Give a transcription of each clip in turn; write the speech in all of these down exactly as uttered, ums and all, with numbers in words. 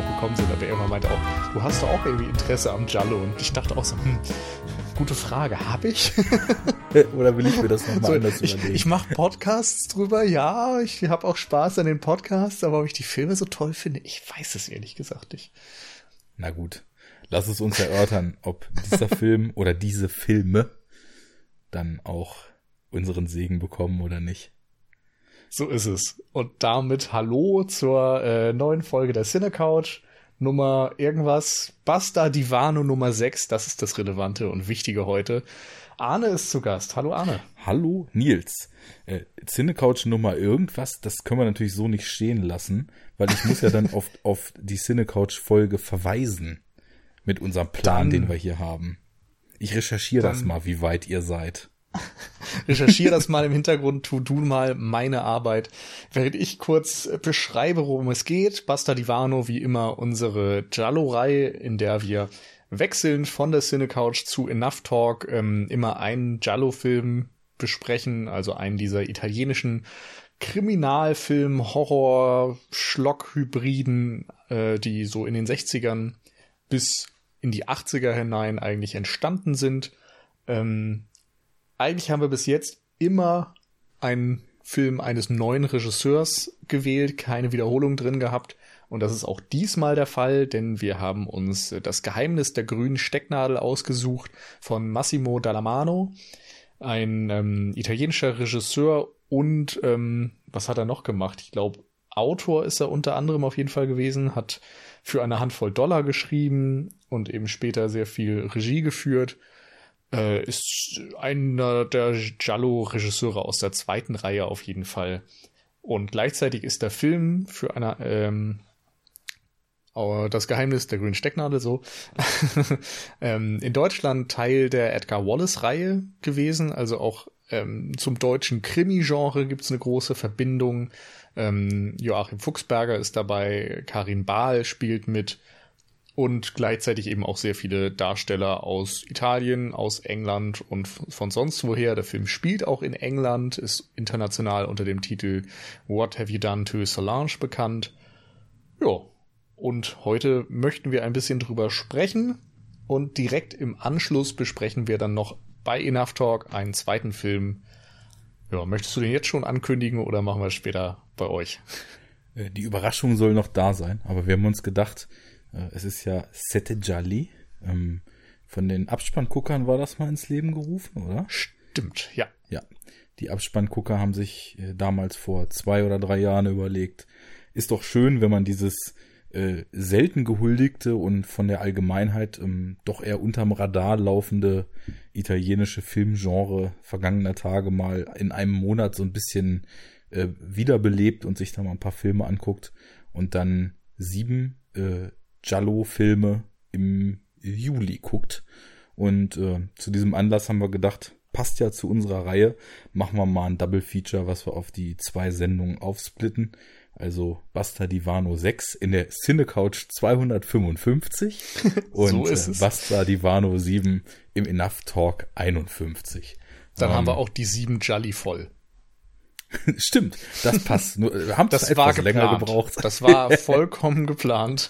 bekommen sind, aber irgendwann meinte auch, du hast doch auch irgendwie Interesse am Giallo. Und ich dachte auch so, hm, gute Frage, habe ich? Oder will ich mir das nochmal so, anders ich, überlegen? Ich mache Podcasts drüber, ja, ich habe auch Spaß an den Podcasts, aber ob ich die Filme so toll finde, ich weiß es ehrlich gesagt nicht. Na gut, lass es uns erörtern, ob dieser Film oder diese Filme dann auch unseren Segen bekommen oder nicht. So ist es. Und damit hallo zur äh, neuen Folge der Cinecouch. Nummer irgendwas. Basta Divano Nummer sechs. Das ist das Relevante und Wichtige heute. Arne ist zu Gast. Hallo Arne. Hallo Nils. Äh, Cinecouch Nummer irgendwas, das können wir natürlich so nicht stehen lassen, weil ich muss ja dann auf, auf die Cinecouch-Folge verweisen mit unserem Plan, dann, den wir hier haben. Ich recherchiere das mal, wie weit ihr seid. Recherchiere das mal im Hintergrund, tu du mal meine Arbeit, während ich kurz beschreibe, worum es geht. Basta Divano, wie immer unsere Giallo-Reihe, in der wir wechseln von der Cinecouch zu Enough Talk, ähm, immer einen Giallo-Film besprechen, also einen dieser italienischen Kriminalfilm, Horror, Schlock-Hybriden, äh, die so in den sechzigern bis in die achtziger hinein eigentlich entstanden sind. Ähm, Eigentlich haben wir bis jetzt immer einen Film eines neuen Regisseurs gewählt, keine Wiederholung drin gehabt. Und das ist auch diesmal der Fall, denn wir haben uns Das Geheimnis der grünen Stecknadel ausgesucht von Massimo Dallamano, ein ähm, italienischer Regisseur und ähm, was hat er noch gemacht? Ich glaube, Autor ist er unter anderem auf jeden Fall gewesen, hat für eine Handvoll Dollar geschrieben und eben später sehr viel Regie geführt. Äh, ist einer der Giallo-Regisseure aus der zweiten Reihe auf jeden Fall. Und gleichzeitig ist der Film für eine, ähm, Das Geheimnis der grünen Stecknadel so, ähm, in Deutschland Teil der Edgar Wallace-Reihe gewesen, also auch ähm, zum deutschen Krimi-Genre gibt es eine große Verbindung. Ähm, Joachim Fuchsberger ist dabei, Karin Bahl spielt mit, und gleichzeitig eben auch sehr viele Darsteller aus Italien, aus England und von sonst woher. Der Film spielt auch in England, ist international unter dem Titel What Have You Done to Solange bekannt. Ja, und heute möchten wir ein bisschen drüber sprechen und direkt im Anschluss besprechen wir dann noch bei Enough Talk einen zweiten Film. Ja, möchtest du den jetzt schon ankündigen oder machen wir es später bei euch? Die Überraschung soll noch da sein, aber wir haben uns gedacht, es ist ja Sette Gialli. Ähm, von den Abspannguckern war das mal ins Leben gerufen, oder? Stimmt, ja. Ja, die Abspanngucker haben sich äh, damals vor zwei oder drei Jahren überlegt, ist doch schön, wenn man dieses äh, selten gehuldigte und von der Allgemeinheit ähm, doch eher unterm Radar laufende italienische Filmgenre vergangener Tage mal in einem Monat so ein bisschen äh, wiederbelebt und sich da mal ein paar Filme anguckt und dann sieben äh, Giallo-Filme im Juli guckt. Und äh, zu diesem Anlass haben wir gedacht, passt ja zu unserer Reihe, machen wir mal ein Double-Feature, was wir auf die zwei Sendungen aufsplitten. Also Basta Divano sechs in der Cinecouch zweihundertfünfundfünfzig und so ist es. Äh, Basta Divano sieben im Enough Talk einundfünfzig. Dann ähm, haben wir auch die sieben Gialli voll. Stimmt, das passt. Nur, wir haben das etwas war länger gebraucht. Das war vollkommen geplant.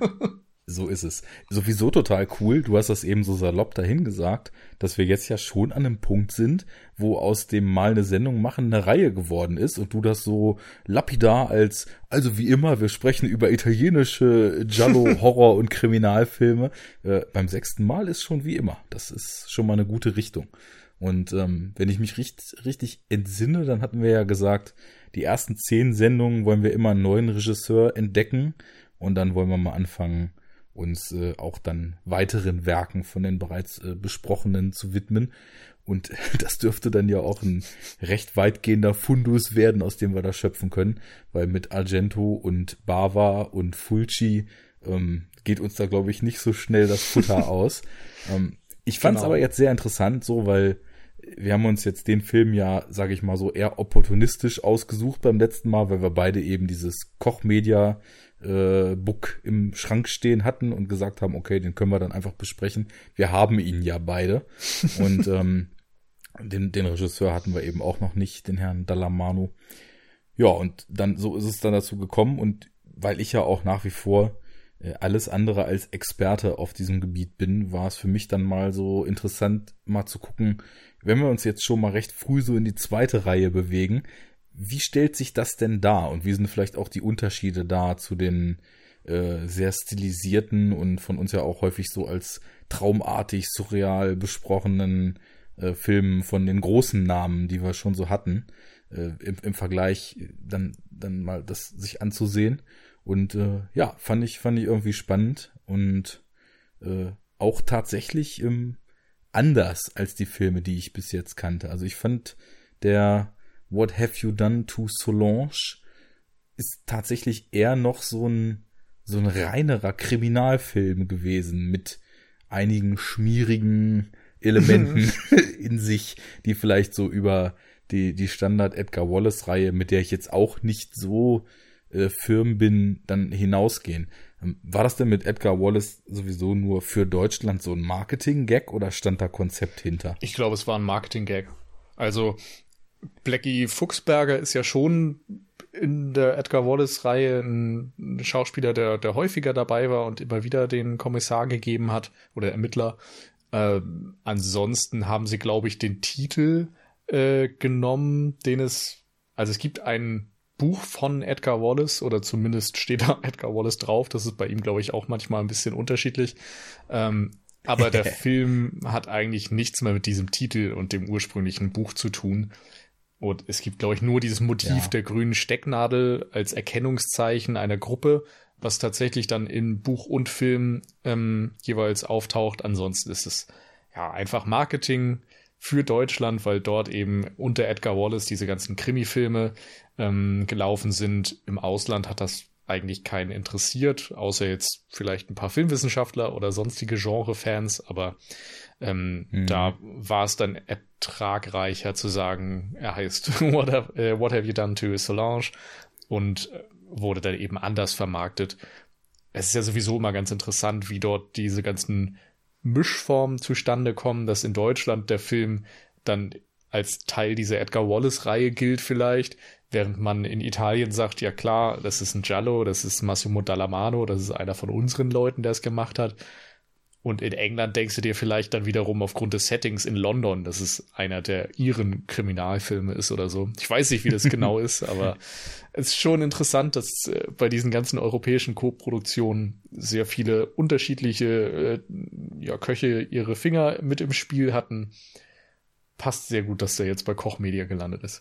So ist es. Sowieso total cool. Du hast das eben so salopp dahin gesagt, dass wir jetzt ja schon an einem Punkt sind, wo aus dem mal eine Sendung machen eine Reihe geworden ist und du das so lapidar als, also wie immer, wir sprechen über italienische Giallo, Horror und Kriminalfilme. Äh, beim sechsten Mal ist schon wie immer. Das ist schon mal eine gute Richtung. Und ähm, wenn ich mich richtig, richtig entsinne, dann hatten wir ja gesagt, die ersten zehn Sendungen wollen wir immer einen neuen Regisseur entdecken und dann wollen wir mal anfangen, uns äh, auch dann weiteren Werken von den bereits äh, besprochenen zu widmen. Und das dürfte dann ja auch ein recht weitgehender Fundus werden, aus dem wir da schöpfen können, weil mit Argento und Bava und Fulci ähm, geht uns da, glaube ich, nicht so schnell das Futter aus. ähm, Ich fand es Genau. aber jetzt sehr interessant, so, weil wir haben uns jetzt den Film ja, sage ich mal so, eher opportunistisch ausgesucht beim letzten Mal, weil wir beide eben dieses Kochmedia äh, Book im Schrank stehen hatten und gesagt haben, okay, den können wir dann einfach besprechen. Wir haben ihn ja beide. Und ähm, den, den Regisseur hatten wir eben auch noch nicht, den Herrn Dallamano. Ja, und dann so ist es dann dazu gekommen und weil ich ja auch nach wie vor äh, alles andere als Experte auf diesem Gebiet bin, war es für mich dann mal so interessant, mal zu gucken, wenn wir uns jetzt schon mal recht früh so in die zweite Reihe bewegen, wie stellt sich das denn dar und wie sind vielleicht auch die Unterschiede da zu den äh, sehr stilisierten und von uns ja auch häufig so als traumartig, surreal besprochenen äh, Filmen von den großen Namen, die wir schon so hatten, äh, im, im Vergleich dann dann mal das sich anzusehen. Und äh, ja, fand ich fand ich irgendwie spannend und äh, auch tatsächlich ähm, anders als die Filme, die ich bis jetzt kannte. Also ich fand der What Have You Done to Solange ist tatsächlich eher noch so ein so ein reinerer Kriminalfilm gewesen mit einigen schmierigen Elementen in sich, die vielleicht so über die die Standard Edgar Wallace Reihe, mit der ich jetzt auch nicht so äh, firm bin, dann hinausgehen. Ähm, war das denn mit Edgar Wallace sowieso nur für Deutschland so ein Marketing-Gag oder stand da Konzept hinter? Ich glaube, es war ein Marketing-Gag. Also Blackie Fuchsberger ist ja schon in der Edgar Wallace-Reihe ein Schauspieler, der, der häufiger dabei war und immer wieder den Kommissar gegeben hat oder Ermittler. Äh, ansonsten haben sie, glaube ich, den Titel äh, genommen, den es, also es gibt ein Buch von Edgar Wallace oder zumindest steht da Edgar Wallace drauf. Das ist bei ihm, glaube ich, auch manchmal ein bisschen unterschiedlich. Ähm, aber der Film hat eigentlich nichts mehr mit diesem Titel und dem ursprünglichen Buch zu tun. Und es gibt, glaube ich, nur dieses Motiv ja. der grünen Stecknadel als Erkennungszeichen einer Gruppe, was tatsächlich dann in Buch und Film ähm, jeweils auftaucht. Ansonsten ist es ja einfach Marketing für Deutschland, weil dort eben unter Edgar Wallace diese ganzen Krimi-Filme ähm, gelaufen sind. Im Ausland hat das eigentlich keinen interessiert, außer jetzt vielleicht ein paar Filmwissenschaftler oder sonstige Genre-Fans, aber ähm, mhm. da war es dann ertragreicher zu sagen, er heißt What have, uh, What have you done to Solange und wurde dann eben anders vermarktet. Es ist ja sowieso immer ganz interessant, wie dort diese ganzen Mischformen zustande kommen, dass in Deutschland der Film dann als Teil dieser Edgar Wallace-Reihe gilt vielleicht, während man in Italien sagt, ja klar, das ist ein Giallo, das ist Massimo Dallamano, das ist einer von unseren Leuten, der es gemacht hat. Und in England denkst du dir vielleicht dann wiederum aufgrund des Settings in London, dass es einer der ihren Kriminalfilme ist oder so. Ich weiß nicht, wie das genau ist, aber es ist schon interessant, dass äh, bei diesen ganzen europäischen Co-Produktionen sehr viele unterschiedliche äh, ja, Köche ihre Finger mit im Spiel hatten. Passt sehr gut, dass der jetzt bei Koch Media gelandet ist.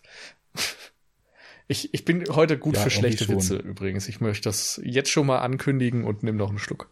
Ich, ich bin heute gut ja, für schlechte Witze übrigens. Ich möchte das jetzt schon mal ankündigen und nimm noch einen Schluck.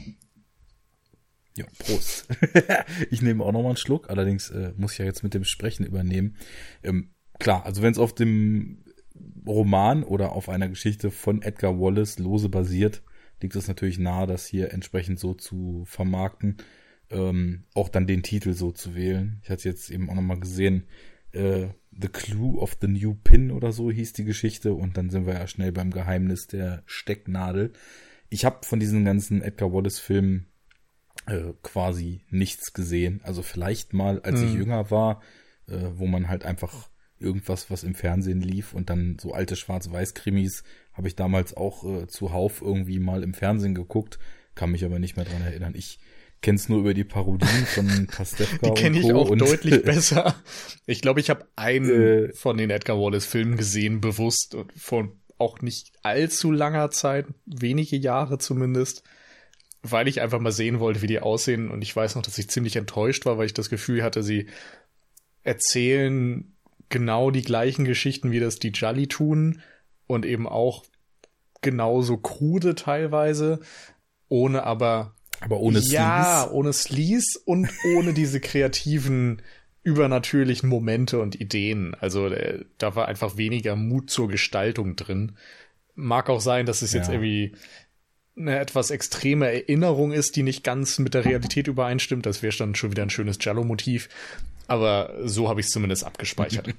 Ja, Prost. Ich nehme auch noch mal einen Schluck, allerdings äh, muss ich ja jetzt mit dem Sprechen übernehmen. Ähm, klar, also wenn es auf dem Roman oder auf einer Geschichte von Edgar Wallace lose basiert, liegt es natürlich nahe, das hier entsprechend so zu vermarkten, ähm, auch dann den Titel so zu wählen. Ich hatte jetzt eben auch noch mal gesehen, äh, The Clue of the New Pin oder so hieß die Geschichte und dann sind wir ja schnell beim Geheimnis der Stecknadel. Ich habe von diesen ganzen Edgar Wallace-Filmen Äh, quasi nichts gesehen. Also vielleicht mal, als mhm. ich jünger war, äh, wo man halt einfach irgendwas, was im Fernsehen lief und dann so alte Schwarz-Weiß-Krimis habe ich damals auch äh, zuhauf irgendwie mal im Fernsehen geguckt, kann mich aber nicht mehr dran erinnern. Ich kenn's nur über die Parodien von Pastewka. Die kenne ich auch und, deutlich besser. Ich glaube, ich habe einen äh, von den Edgar Wallace-Filmen gesehen, bewusst und vor auch nicht allzu langer Zeit, wenige Jahre zumindest, weil ich einfach mal sehen wollte, wie die aussehen. Und ich weiß noch, dass ich ziemlich enttäuscht war, weil ich das Gefühl hatte, sie erzählen genau die gleichen Geschichten, wie das die Gialli tun und eben auch genauso krude teilweise, ohne aber aber ohne Sleaze. Ja, ohne Sleaze und ohne diese kreativen, übernatürlichen Momente und Ideen. Also äh, da war einfach weniger Mut zur Gestaltung drin. Mag auch sein, dass es ja. jetzt irgendwie eine etwas extreme Erinnerung ist, die nicht ganz mit der Realität übereinstimmt. Das wäre dann schon wieder ein schönes Giallo-Motiv. Aber so habe ich es zumindest abgespeichert.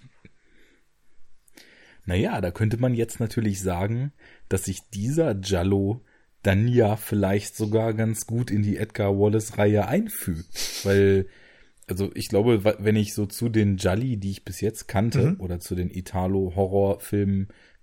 Naja, da könnte man jetzt natürlich sagen, dass sich dieser Giallo dann ja vielleicht sogar ganz gut in die Edgar Wallace-Reihe einfügt. Weil, also ich glaube, wenn ich so zu den Gialli, die ich bis jetzt kannte, mhm. oder zu den Italo-Horrorfilmen,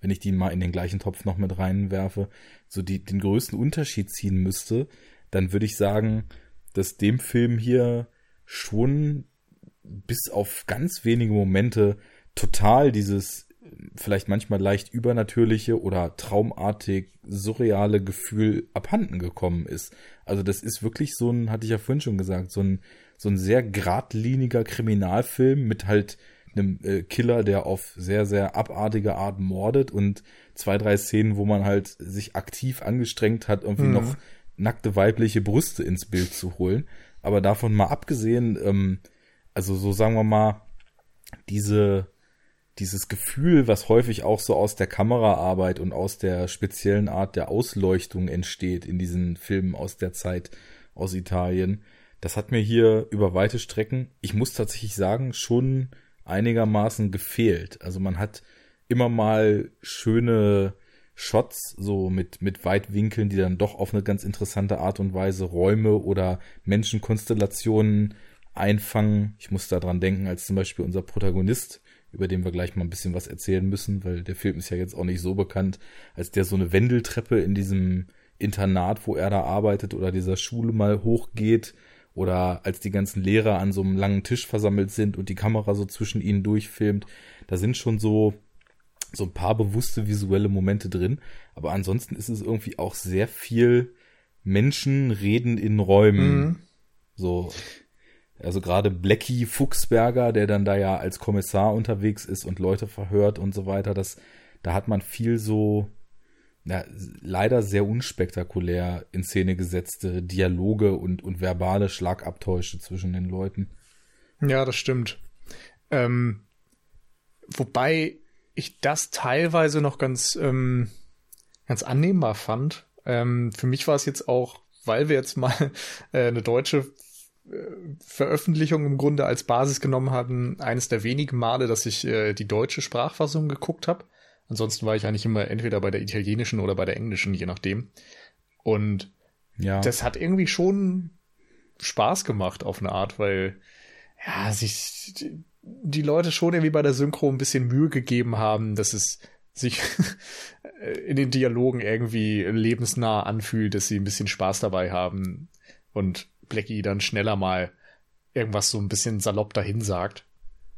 wenn ich die mal in den gleichen Topf noch mit reinwerfe, so die, den größten Unterschied ziehen müsste, dann würde ich sagen, dass dem Film hier schon bis auf ganz wenige Momente total dieses vielleicht manchmal leicht übernatürliche oder traumartig surreale Gefühl abhanden gekommen ist. Also das ist wirklich so ein, hatte ich ja vorhin schon gesagt, so ein so ein sehr geradliniger Kriminalfilm mit halt einem äh, Killer, der auf sehr, sehr abartige Art mordet und zwei, drei Szenen, wo man halt sich aktiv angestrengt hat, irgendwie mhm. noch nackte weibliche Brüste ins Bild zu holen. Aber davon mal abgesehen, ähm, also so sagen wir mal, diese dieses Gefühl, was häufig auch so aus der Kameraarbeit und aus der speziellen Art der Ausleuchtung entsteht in diesen Filmen aus der Zeit aus Italien, das hat mir hier über weite Strecken, ich muss tatsächlich sagen, schon einigermaßen gefehlt. Also man hat immer mal schöne Shots, so mit mit Weitwinkeln, die dann doch auf eine ganz interessante Art und Weise Räume oder Menschenkonstellationen einfangen. Ich muss da dran denken, als zum Beispiel unser Protagonist, über den wir gleich mal ein bisschen was erzählen müssen, weil der Film ist ja jetzt auch nicht so bekannt, als der so eine Wendeltreppe in diesem Internat, wo er da arbeitet, oder dieser Schule mal hochgeht, oder als die ganzen Lehrer an so einem langen Tisch versammelt sind und die Kamera so zwischen ihnen durchfilmt. Da sind schon so so ein paar bewusste visuelle Momente drin, aber ansonsten ist es irgendwie auch sehr viel Menschen reden in Räumen. Mhm. So, also gerade Blackie Fuchsberger, der dann da ja als Kommissar unterwegs ist und Leute verhört und so weiter, das, da hat man viel so, ja, leider sehr unspektakulär in Szene gesetzte Dialoge und, und verbale Schlagabtäusche zwischen den Leuten. Ja, das stimmt. Ähm, wobei ich das teilweise noch ganz, ähm, ganz annehmbar fand. Ähm, für mich war es jetzt auch, weil wir jetzt mal äh, eine deutsche Veröffentlichung im Grunde als Basis genommen hatten, eines der wenigen Male, dass ich äh, die deutsche Sprachfassung geguckt habe. Ansonsten war ich eigentlich immer entweder bei der italienischen oder bei der englischen, je nachdem. Und ja, das hat irgendwie schon Spaß gemacht auf eine Art, weil ja, sich die Leute schon irgendwie bei der Synchro ein bisschen Mühe gegeben haben, dass es sich in den Dialogen irgendwie lebensnah anfühlt, dass sie ein bisschen Spaß dabei haben und Blackie dann schneller mal irgendwas so ein bisschen salopp dahin sagt.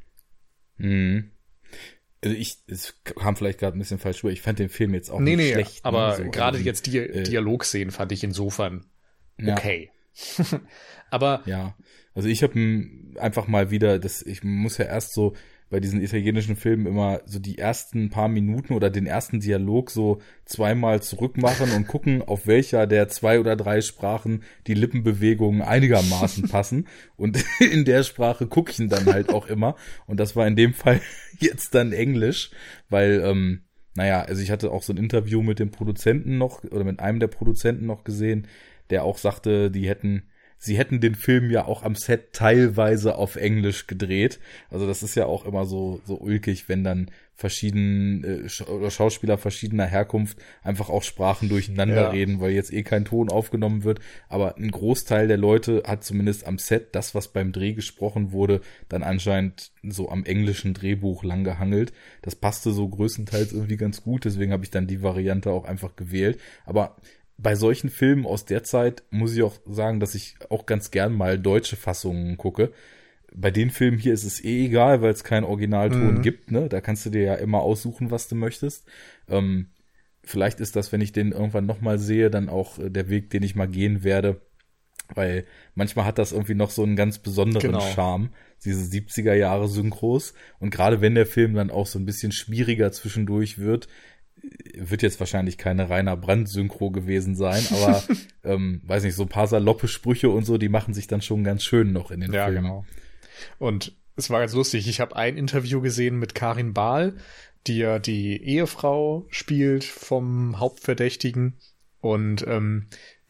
Mhm. Also ich, es kam vielleicht gerade ein bisschen falsch rüber, ich fand den Film jetzt auch nee, nicht nee, schlecht. Aber ne, so, gerade also, jetzt die äh, Dialogszenen fand ich insofern okay. Ja. Aber ja, also ich habe einfach mal wieder, das, ich muss ja erst so bei diesen italienischen Filmen immer so die ersten paar Minuten oder den ersten Dialog so zweimal zurückmachen und gucken, auf welcher der zwei oder drei Sprachen die Lippenbewegungen einigermaßen passen. Und in der Sprache gucke ich ihn dann halt auch immer. Und das war in dem Fall jetzt dann Englisch, weil, ähm, naja, also ich hatte auch so ein Interview mit dem Produzenten noch oder mit einem der Produzenten noch gesehen, der auch sagte, die hätten Sie hätten den Film ja auch am Set teilweise auf Englisch gedreht. Also das ist ja auch immer so so ulkig, wenn dann verschiedene äh, oder Schauspieler verschiedener Herkunft einfach auch Sprachen durcheinander ja. reden, weil jetzt eh kein Ton aufgenommen wird. Aber ein Großteil der Leute hat zumindest am Set das, was beim Dreh gesprochen wurde, dann anscheinend so am englischen Drehbuch lang gehangelt. Das passte so größtenteils irgendwie ganz gut, deswegen habe ich dann die Variante auch einfach gewählt. Aber bei solchen Filmen aus der Zeit muss ich auch sagen, dass ich auch ganz gern mal deutsche Fassungen gucke. Bei den Filmen hier ist es eh egal, weil es keinen Originalton mhm. gibt, ne? Da kannst du dir ja immer aussuchen, was du möchtest. Ähm, vielleicht ist das, wenn ich den irgendwann nochmal sehe, dann auch der Weg, den ich mal gehen werde. Weil manchmal hat das irgendwie noch so einen ganz besonderen genau. Charme, diese siebziger Jahre Synchros. Und gerade wenn der Film dann auch so ein bisschen schwieriger zwischendurch wird, wird jetzt wahrscheinlich keine Rainer Brandt-Synchro gewesen sein, aber ähm, weiß nicht, so ein paar saloppe Sprüche und so, die machen sich dann schon ganz schön noch in den ja, Filmen. Genau. Und es war ganz lustig, ich habe ein Interview gesehen mit Karin Bahl, die ja die Ehefrau spielt vom Hauptverdächtigen und ähm,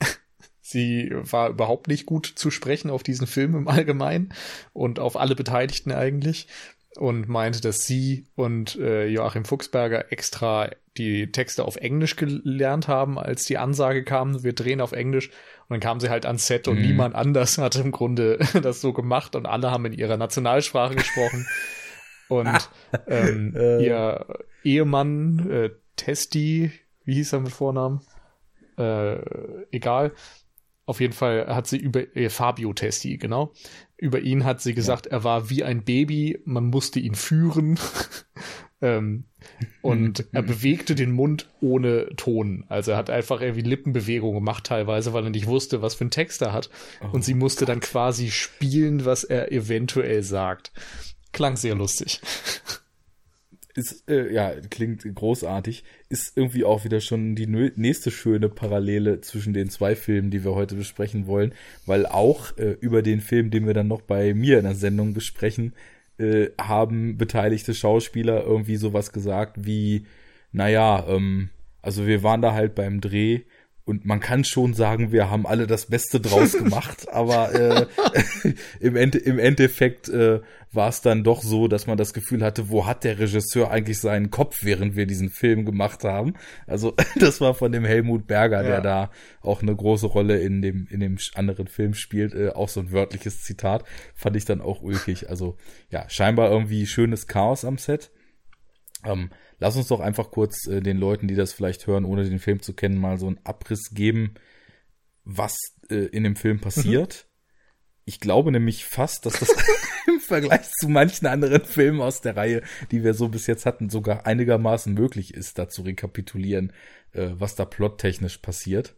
sie war überhaupt nicht gut zu sprechen auf diesen Film im Allgemeinen und auf alle Beteiligten eigentlich. Und meinte, dass sie und äh, Joachim Fuchsberger extra die Texte auf Englisch gelernt haben, als die Ansage kam, wir drehen auf Englisch. Und dann kamen sie halt ans Set und mhm. niemand anders hat im Grunde das so gemacht und alle haben in ihrer Nationalsprache gesprochen. Und ähm, ihr Ehemann, äh, Testi, wie hieß er mit Vornamen? Äh, egal. Auf jeden Fall hat sie über äh, Fabio Testi, genau. Über ihn hat sie gesagt, ja. Er war wie ein Baby, man musste ihn führen. ähm, und er bewegte den Mund ohne Ton. Also er hat einfach irgendwie Lippenbewegungen gemacht teilweise, weil er nicht wusste, was für einen Text er hat. Oh, und sie musste Gott. Dann quasi spielen, was er eventuell sagt. Klang sehr lustig. Ist, äh, ja, klingt großartig. Ist irgendwie auch wieder schon die nö- nächste schöne Parallele zwischen den zwei Filmen, die wir heute besprechen wollen, weil auch äh, über den Film, den wir dann noch bei mir in der Sendung besprechen, äh, haben beteiligte Schauspieler irgendwie sowas gesagt wie, naja, ähm, also wir waren da halt beim Dreh und man kann schon sagen, wir haben alle das Beste draus gemacht, aber äh, im, Ende, im Endeffekt äh, war es dann doch so, dass man das Gefühl hatte, wo hat der Regisseur eigentlich seinen Kopf, während wir diesen Film gemacht haben? Also das war von dem Helmut Berger, ja. Der da auch eine große Rolle in dem in dem anderen Film spielt, äh, auch so ein wörtliches Zitat, fand ich dann auch ulkig. Also ja, scheinbar irgendwie schönes Chaos am Set. Ähm, lass uns doch einfach kurz äh, den Leuten, die das vielleicht hören, ohne den Film zu kennen, mal so einen Abriss geben, was äh, in dem Film passiert. Mhm. Ich glaube nämlich fast, dass das im Vergleich zu manchen anderen Filmen aus der Reihe, die wir so bis jetzt hatten, sogar einigermaßen möglich ist, da zu rekapitulieren, äh, was da plottechnisch passiert.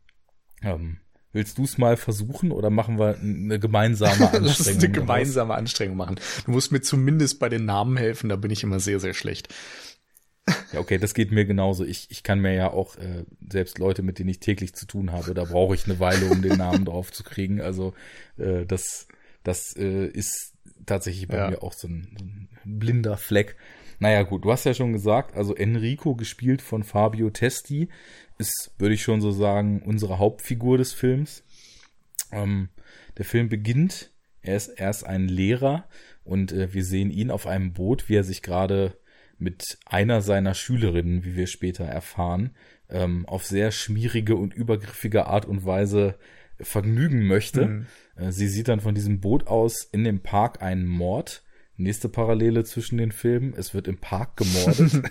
Ähm, willst du es mal versuchen oder machen wir eine gemeinsame Anstrengung? Lass uns eine gemeinsame Anstrengung machen. Du musst mir zumindest bei den Namen helfen, da bin ich immer sehr, sehr schlecht. Ja, okay, das geht mir genauso. Ich, ich kann mir ja auch, äh, selbst Leute, mit denen ich täglich zu tun habe, da brauche ich eine Weile, um den Namen drauf zu kriegen. Also äh, das, das äh, ist tatsächlich bei ja. mir auch so ein, so ein blinder Fleck. Naja gut, du hast ja schon gesagt, also Enrico, gespielt von Fabio Testi, ist, würde ich schon so sagen, unsere Hauptfigur des Films. Ähm, der Film beginnt, er ist erst ein Lehrer und äh, wir sehen ihn auf einem Boot, wie er sich gerade mit einer seiner Schülerinnen, wie wir später erfahren, ähm, auf sehr schmierige und übergriffige Art und Weise vergnügen möchte. Mhm. Äh, sie sieht dann von diesem Boot aus in dem Park einen Mord. Nächste Parallele zwischen den Filmen. Es wird im Park gemordet.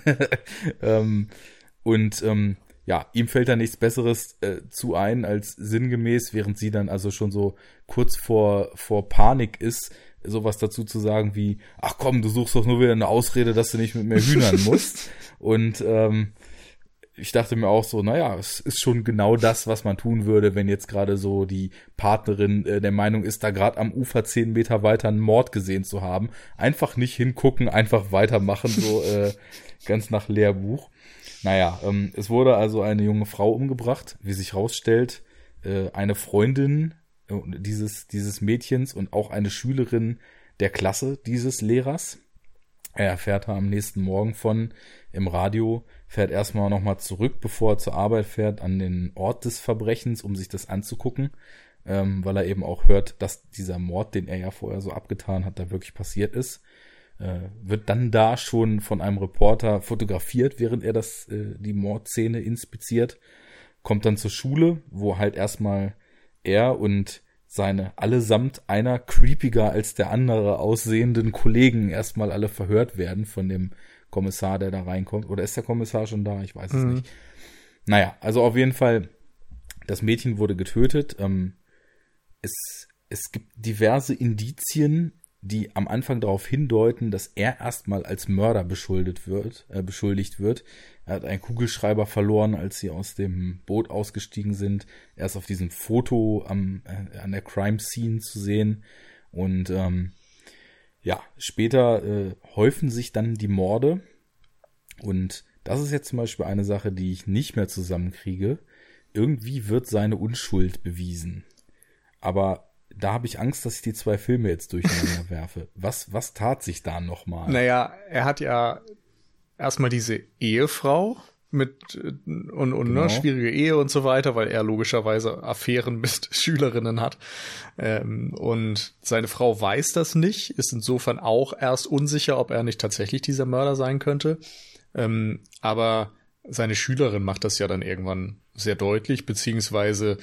ähm, und ähm, ja, ihm fällt da nichts Besseres äh, zu ein als sinngemäß, während sie dann also schon so kurz vor vor Panik ist, sowas dazu zu sagen wie, ach komm, du suchst doch nur wieder eine Ausrede, dass du nicht mit mir hühnern musst. Und ähm, ich dachte mir auch so, naja, es ist schon genau das, was man tun würde, wenn jetzt gerade so die Partnerin äh, der Meinung ist, da gerade am Ufer zehn Meter weiter einen Mord gesehen zu haben. Einfach nicht hingucken, einfach weitermachen, so äh, ganz nach Lehrbuch. Naja, ähm, es wurde also eine junge Frau umgebracht, wie sich rausstellt, äh, eine Freundin dieses dieses Mädchens und auch eine Schülerin der Klasse dieses Lehrers. Er erfährt am nächsten Morgen von im Radio, fährt erstmal nochmal zurück, bevor er zur Arbeit fährt, an den Ort des Verbrechens, um sich das anzugucken, ähm, weil er eben auch hört, dass dieser Mord, den er ja vorher so abgetan hat, da wirklich passiert ist. Äh, wird dann da schon von einem Reporter fotografiert, während er das äh, die Mordszene inspiziert, kommt dann zur Schule, wo halt erstmal er und seine allesamt einer creepiger als der andere aussehenden Kollegen erstmal alle verhört werden von dem Kommissar, der da reinkommt. Oder ist der Kommissar schon da? Ich weiß es mhm. nicht. Naja, also auf jeden Fall, das Mädchen wurde getötet. Ähm, es, es gibt diverse Indizien, die am Anfang darauf hindeuten, dass er erstmal als Mörder beschuldigt wird, äh, beschuldigt wird. Er hat einen Kugelschreiber verloren, als sie aus dem Boot ausgestiegen sind. Er ist auf diesem Foto am, äh, an der Crime Scene zu sehen. Und ähm, ja, später äh, häufen sich dann die Morde. Und das ist jetzt zum Beispiel eine Sache, die ich nicht mehr zusammenkriege. Irgendwie wird seine Unschuld bewiesen. Aber da habe ich Angst, dass ich die zwei Filme jetzt durcheinander werfe. Was, was tat sich da nochmal? Naja, er hat ja erstmal diese Ehefrau mit und, und genau. ne, schwierige Ehe und so weiter, weil er logischerweise Affären mit Schülerinnen hat. Ähm, und seine Frau weiß das nicht, ist insofern auch erst unsicher, ob er nicht tatsächlich dieser Mörder sein könnte. Ähm, aber seine Schülerin macht das ja dann irgendwann sehr deutlich, beziehungsweise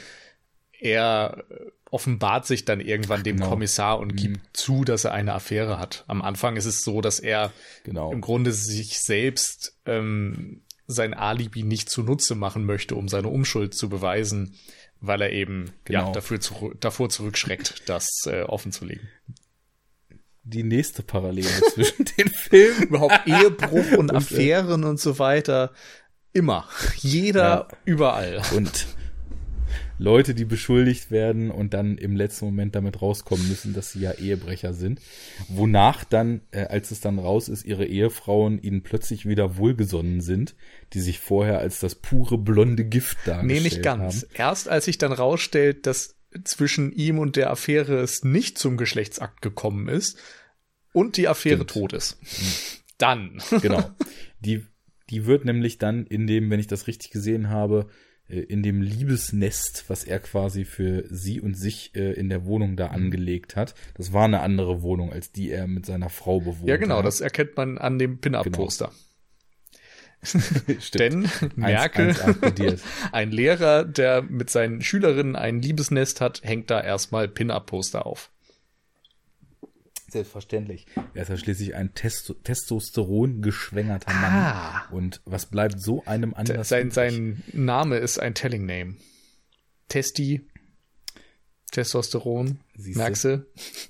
er offenbart sich dann irgendwann dem genau. Kommissar und gibt mhm. zu, dass er eine Affäre hat. Am Anfang ist es so, dass er genau. im Grunde sich selbst ähm, sein Alibi nicht zunutze machen möchte, um seine Unschuld zu beweisen, weil er eben genau. ja dafür zu, davor zurückschreckt, das äh, offenzulegen. Die nächste Parallele zwischen den Filmen. Überhaupt Ehebruch und, und Affären und so weiter. Immer. Jeder, ja. überall. Und Leute, die beschuldigt werden und dann im letzten Moment damit rauskommen müssen, dass sie ja Ehebrecher sind. Wonach dann, äh, als es dann raus ist, ihre Ehefrauen ihnen plötzlich wieder wohlgesonnen sind, die sich vorher als das pure blonde Gift dargestellt haben. Nee, nicht ganz. Haben. Erst als sich dann rausstellt, dass zwischen ihm und der Affäre es nicht zum Geschlechtsakt gekommen ist und die Affäre Stimmt. tot ist. Dann. Genau. Die, die wird nämlich dann in dem, wenn ich das richtig gesehen habe, in dem Liebesnest, was er quasi für sie und sich äh, in der Wohnung da angelegt hat. Das war eine andere Wohnung, als die er mit seiner Frau bewohnt hat. Ja, genau, hat. Das erkennt man an dem Pin-Up-Poster. Genau. Denn Merkel, ein Lehrer, der mit seinen Schülerinnen ein Liebesnest hat, hängt da erstmal Pin-Up-Poster auf. Selbstverständlich. Er ist ja schließlich ein Testo- Testosteron geschwängerter Mann. Ah. Und was bleibt so einem anders? Sein, sein Name ist ein Telling Name. Testi, Testosteron, Siehste? Merkst du?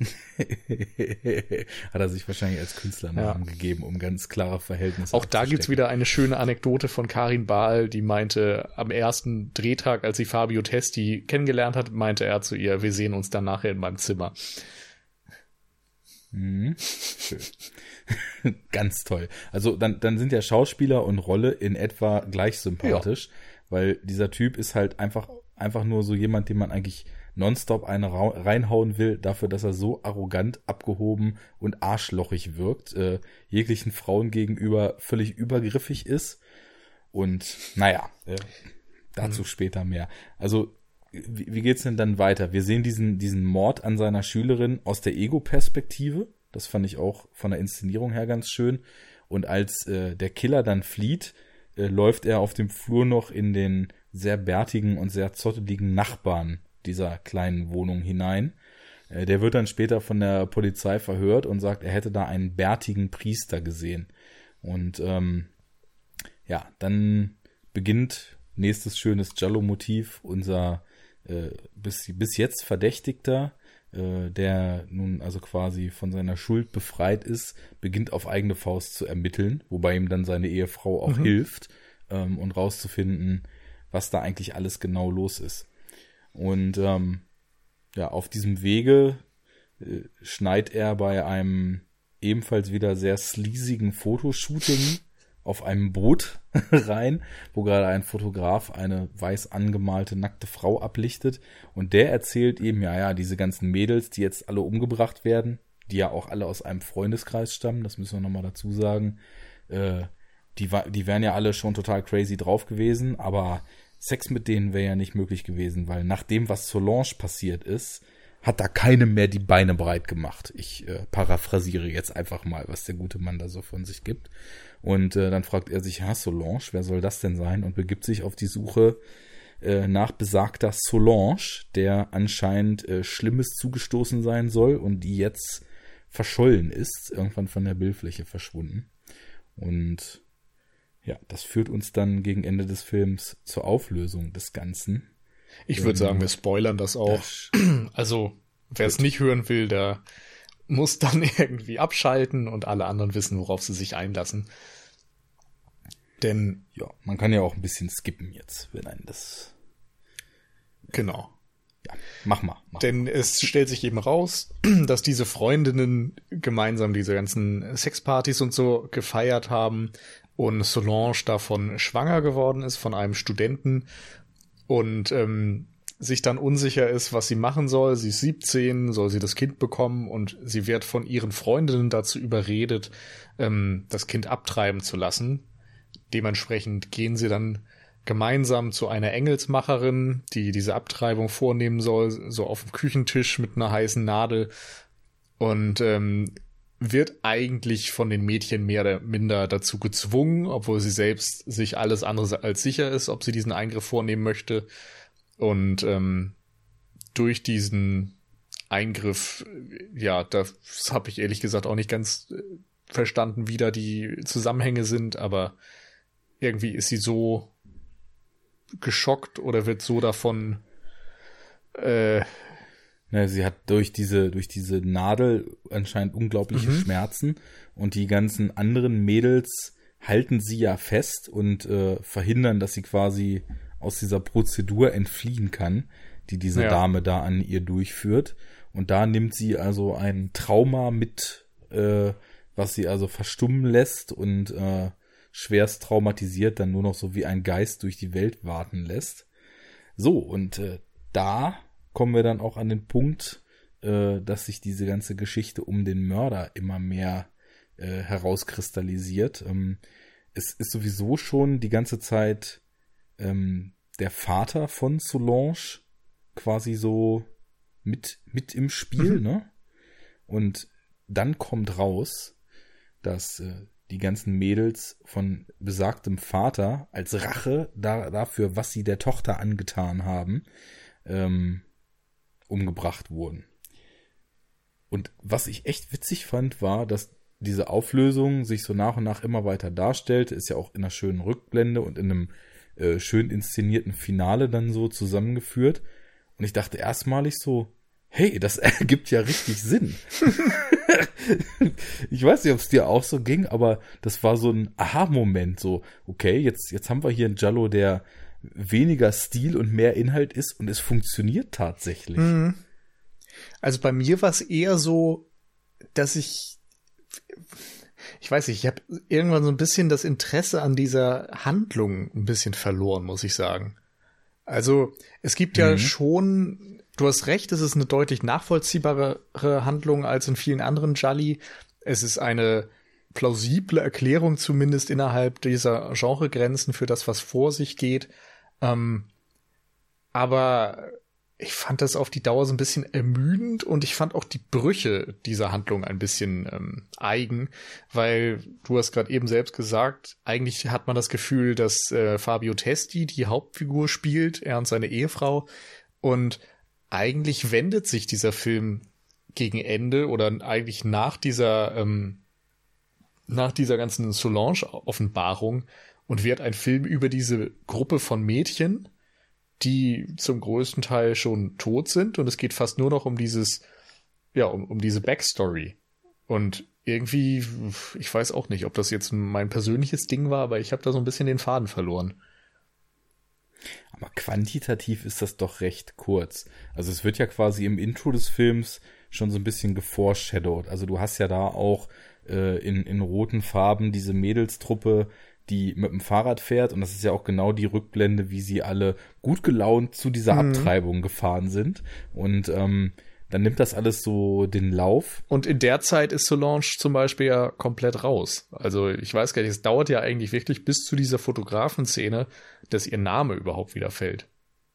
Hat er sich wahrscheinlich als Künstlernamen ja. gegeben, um ganz klare Verhältnisse Auch da gibt's wieder eine schöne Anekdote von Karin Bahl, die meinte, am ersten Drehtag, als sie Fabio Testi kennengelernt hat, meinte er zu ihr, wir sehen uns dann nachher in meinem Zimmer. Mhm. Schön. Ganz toll. Also dann, dann sind ja Schauspieler und Rolle in etwa gleich sympathisch, ja. weil dieser Typ ist halt einfach, einfach nur so jemand, dem man eigentlich nonstop eine ra- reinhauen will, dafür, dass er so arrogant, abgehoben und arschlochig wirkt, äh, jeglichen Frauen gegenüber völlig übergriffig ist. Und naja, äh, dazu mhm. später mehr. Also Wie, wie geht's denn dann weiter? Wir sehen diesen, diesen Mord an seiner Schülerin aus der Ego-Perspektive. Das fand ich auch von der Inszenierung her ganz schön. Und als äh, der Killer dann flieht, äh, läuft er auf dem Flur noch in den sehr bärtigen und sehr zotteligen Nachbarn dieser kleinen Wohnung hinein. Äh, der wird dann später von der Polizei verhört und sagt, er hätte da einen bärtigen Priester gesehen. Und ähm, ja, dann beginnt nächstes schönes Giallo-Motiv, unser Äh, bis, bis jetzt Verdächtigter, äh, der nun also quasi von seiner Schuld befreit ist, beginnt auf eigene Faust zu ermitteln, wobei ihm dann seine Ehefrau auch mhm. hilft, ähm, und rauszufinden, was da eigentlich alles genau los ist. Und ähm, ja, auf diesem Wege äh, schneit er bei einem ebenfalls wieder sehr sleasigen Fotoshooting auf einem Boot rein, wo gerade ein Fotograf eine weiß angemalte, nackte Frau ablichtet. Und der erzählt ihm, ja, ja, diese ganzen Mädels, die jetzt alle umgebracht werden, die ja auch alle aus einem Freundeskreis stammen, das müssen wir nochmal dazu sagen, äh, die, die wären ja alle schon total crazy drauf gewesen, aber Sex mit denen wäre ja nicht möglich gewesen, weil nach dem, was Solange passiert ist, hat da keinem mehr die Beine breit gemacht. Ich äh, paraphrasiere jetzt einfach mal, was der gute Mann da so von sich gibt. Und äh, dann fragt er sich, ja, Solange, wer soll das denn sein? Und begibt sich auf die Suche äh, nach besagter Solange, der anscheinend äh, Schlimmes zugestoßen sein soll und die jetzt verschollen ist, irgendwann von der Bildfläche verschwunden. Und ja, das führt uns dann gegen Ende des Films zur Auflösung des Ganzen. Ich würde sagen, wir spoilern das auch. Das also, wer es nicht hören will, der muss dann irgendwie abschalten und alle anderen wissen, worauf sie sich einlassen. Denn ja, man kann ja auch ein bisschen skippen jetzt, wenn einen das... Genau. Ja, mach mal. Mach Denn mal. Es stellt sich eben raus, dass diese Freundinnen gemeinsam diese ganzen Sexpartys und so gefeiert haben und Solange davon schwanger geworden ist von einem Studenten und ähm, sich dann unsicher ist, was sie machen soll. Sie ist siebzehn, soll sie das Kind bekommen und sie wird von ihren Freundinnen dazu überredet, ähm, das Kind abtreiben zu lassen. Dementsprechend gehen sie dann gemeinsam zu einer Engelsmacherin, die diese Abtreibung vornehmen soll, so auf dem Küchentisch mit einer heißen Nadel und ähm, wird eigentlich von den Mädchen mehr oder minder dazu gezwungen, obwohl sie selbst sich alles andere als sicher ist, ob sie diesen Eingriff vornehmen möchte. Und ähm, durch diesen Eingriff, ja, das habe ich ehrlich gesagt auch nicht ganz äh, verstanden, wie da die Zusammenhänge sind, aber irgendwie ist sie so geschockt oder wird so davon äh, Ja, sie hat durch diese, durch diese Nadel anscheinend unglaubliche Mhm. Schmerzen und die ganzen anderen Mädels halten sie ja fest und äh, verhindern, dass sie quasi aus dieser Prozedur entfliehen kann, die diese Ja. Dame da an ihr durchführt. Und da nimmt sie also ein Trauma mit, äh, was sie also verstummen lässt und äh, schwerst traumatisiert dann nur noch so wie ein Geist durch die Welt warten lässt. So, und äh, da kommen wir dann auch an den Punkt, äh, dass sich diese ganze Geschichte um den Mörder immer mehr äh, herauskristallisiert. Ähm, es ist sowieso schon die ganze Zeit ähm, der Vater von Solange quasi so mit, mit im Spiel, Mhm. ne? Und dann kommt raus, dass äh, die ganzen Mädels von besagtem Vater als Rache da, dafür, was sie der Tochter angetan haben, ähm, umgebracht wurden. Und was ich echt witzig fand, war, dass diese Auflösung sich so nach und nach immer weiter darstellte, ist ja auch in einer schönen Rückblende und in einem äh, schön inszenierten Finale dann so zusammengeführt. Und ich dachte erstmalig so, hey, das ergibt ja richtig Sinn. Ich weiß nicht, ob es dir auch so ging, aber das war so ein Aha-Moment, so, okay, jetzt, jetzt haben wir hier einen Giallo, der weniger Stil und mehr Inhalt ist und es funktioniert tatsächlich. Mhm. Also bei mir war es eher so, dass ich, ich weiß nicht, ich habe irgendwann so ein bisschen das Interesse an dieser Handlung ein bisschen verloren, muss ich sagen. Also es gibt ja Mhm. schon, du hast recht, es ist eine deutlich nachvollziehbare Handlung als in vielen anderen Gialli. Es ist eine plausible Erklärung zumindest innerhalb dieser Genregrenzen für das, was vor sich geht. Ähm, aber ich fand das auf die Dauer so ein bisschen ermüdend und ich fand auch die Brüche dieser Handlung ein bisschen ähm, eigen, weil du hast gerade eben selbst gesagt, eigentlich hat man das Gefühl, dass äh, Fabio Testi die Hauptfigur spielt, er und seine Ehefrau, und eigentlich wendet sich dieser Film gegen Ende oder eigentlich nach dieser ähm, nach dieser ganzen Solange-Offenbarung und wird ein Film über diese Gruppe von Mädchen, die zum größten Teil schon tot sind, und es geht fast nur noch um dieses, ja, um, um diese Backstory. Und irgendwie, ich weiß auch nicht, ob das jetzt mein persönliches Ding war, aber ich habe da so ein bisschen den Faden verloren. Aber quantitativ ist das doch recht kurz. Also es wird ja quasi im Intro des Films schon so ein bisschen geforeshadowed. Also du hast ja da auch äh, in, in roten Farben diese Mädelstruppe, die mit dem Fahrrad fährt, und das ist ja auch genau die Rückblende, wie sie alle gut gelaunt zu dieser Mhm. Abtreibung gefahren sind. Und ähm, dann nimmt das alles so den Lauf. Und in der Zeit ist Solange zum Beispiel ja komplett raus. Also ich weiß gar nicht, es dauert ja eigentlich wirklich bis zu dieser Fotografen-Szene, dass ihr Name überhaupt wieder fällt.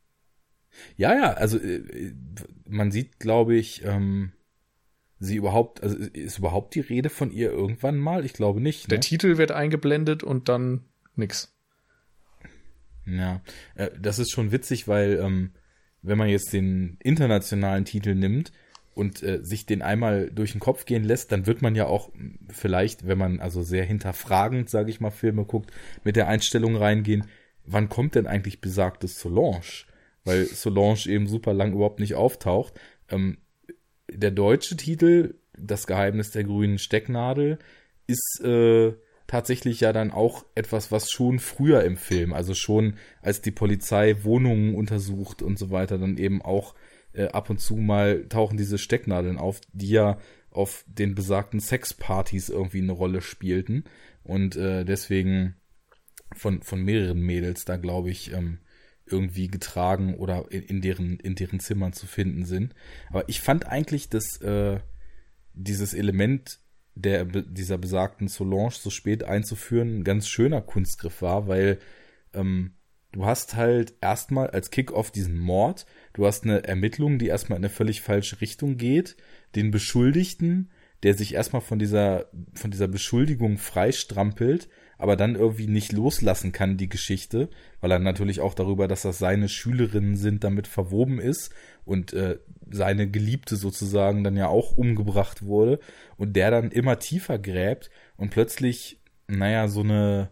Ja, ja, also äh, man sieht, glaube ich, ähm, sie überhaupt, also ist überhaupt die Rede von ihr irgendwann mal? Ich glaube nicht. Der Ne? Titel wird eingeblendet und dann nix. Ja, äh, das ist schon witzig, weil ähm, wenn man jetzt den internationalen Titel nimmt und äh, sich den einmal durch den Kopf gehen lässt, dann wird man ja auch mh, vielleicht, wenn man also sehr hinterfragend, sage ich mal, Filme guckt, mit der Einstellung reingehen, wann kommt denn eigentlich besagtes Solange? Weil Solange eben super lang überhaupt nicht auftaucht. Ähm, der deutsche Titel, Das Geheimnis der grünen Stecknadel, ist äh, tatsächlich ja dann auch etwas, was schon früher im Film, also schon als die Polizei Wohnungen untersucht und so weiter, dann eben auch äh, ab und zu mal tauchen diese Stecknadeln auf, die ja auf den besagten Sexpartys irgendwie eine Rolle spielten und äh, deswegen von von mehreren Mädels da, glaube ich, ähm, irgendwie getragen oder in, in deren in deren Zimmern zu finden sind. Aber ich fand eigentlich, dass äh, dieses Element der dieser besagten Solange so spät einzuführen ein ganz schöner Kunstgriff war, weil ähm, du hast halt erstmal als Kick-Off diesen Mord, du hast eine Ermittlung, die erstmal in eine völlig falsche Richtung geht, den Beschuldigten, der sich erstmal von dieser von dieser Beschuldigung freistrampelt, aber dann irgendwie nicht loslassen kann, die Geschichte, weil er natürlich auch darüber, dass das seine Schülerinnen sind, damit verwoben ist und äh, seine Geliebte sozusagen dann ja auch umgebracht wurde und der dann immer tiefer gräbt und plötzlich, naja, so eine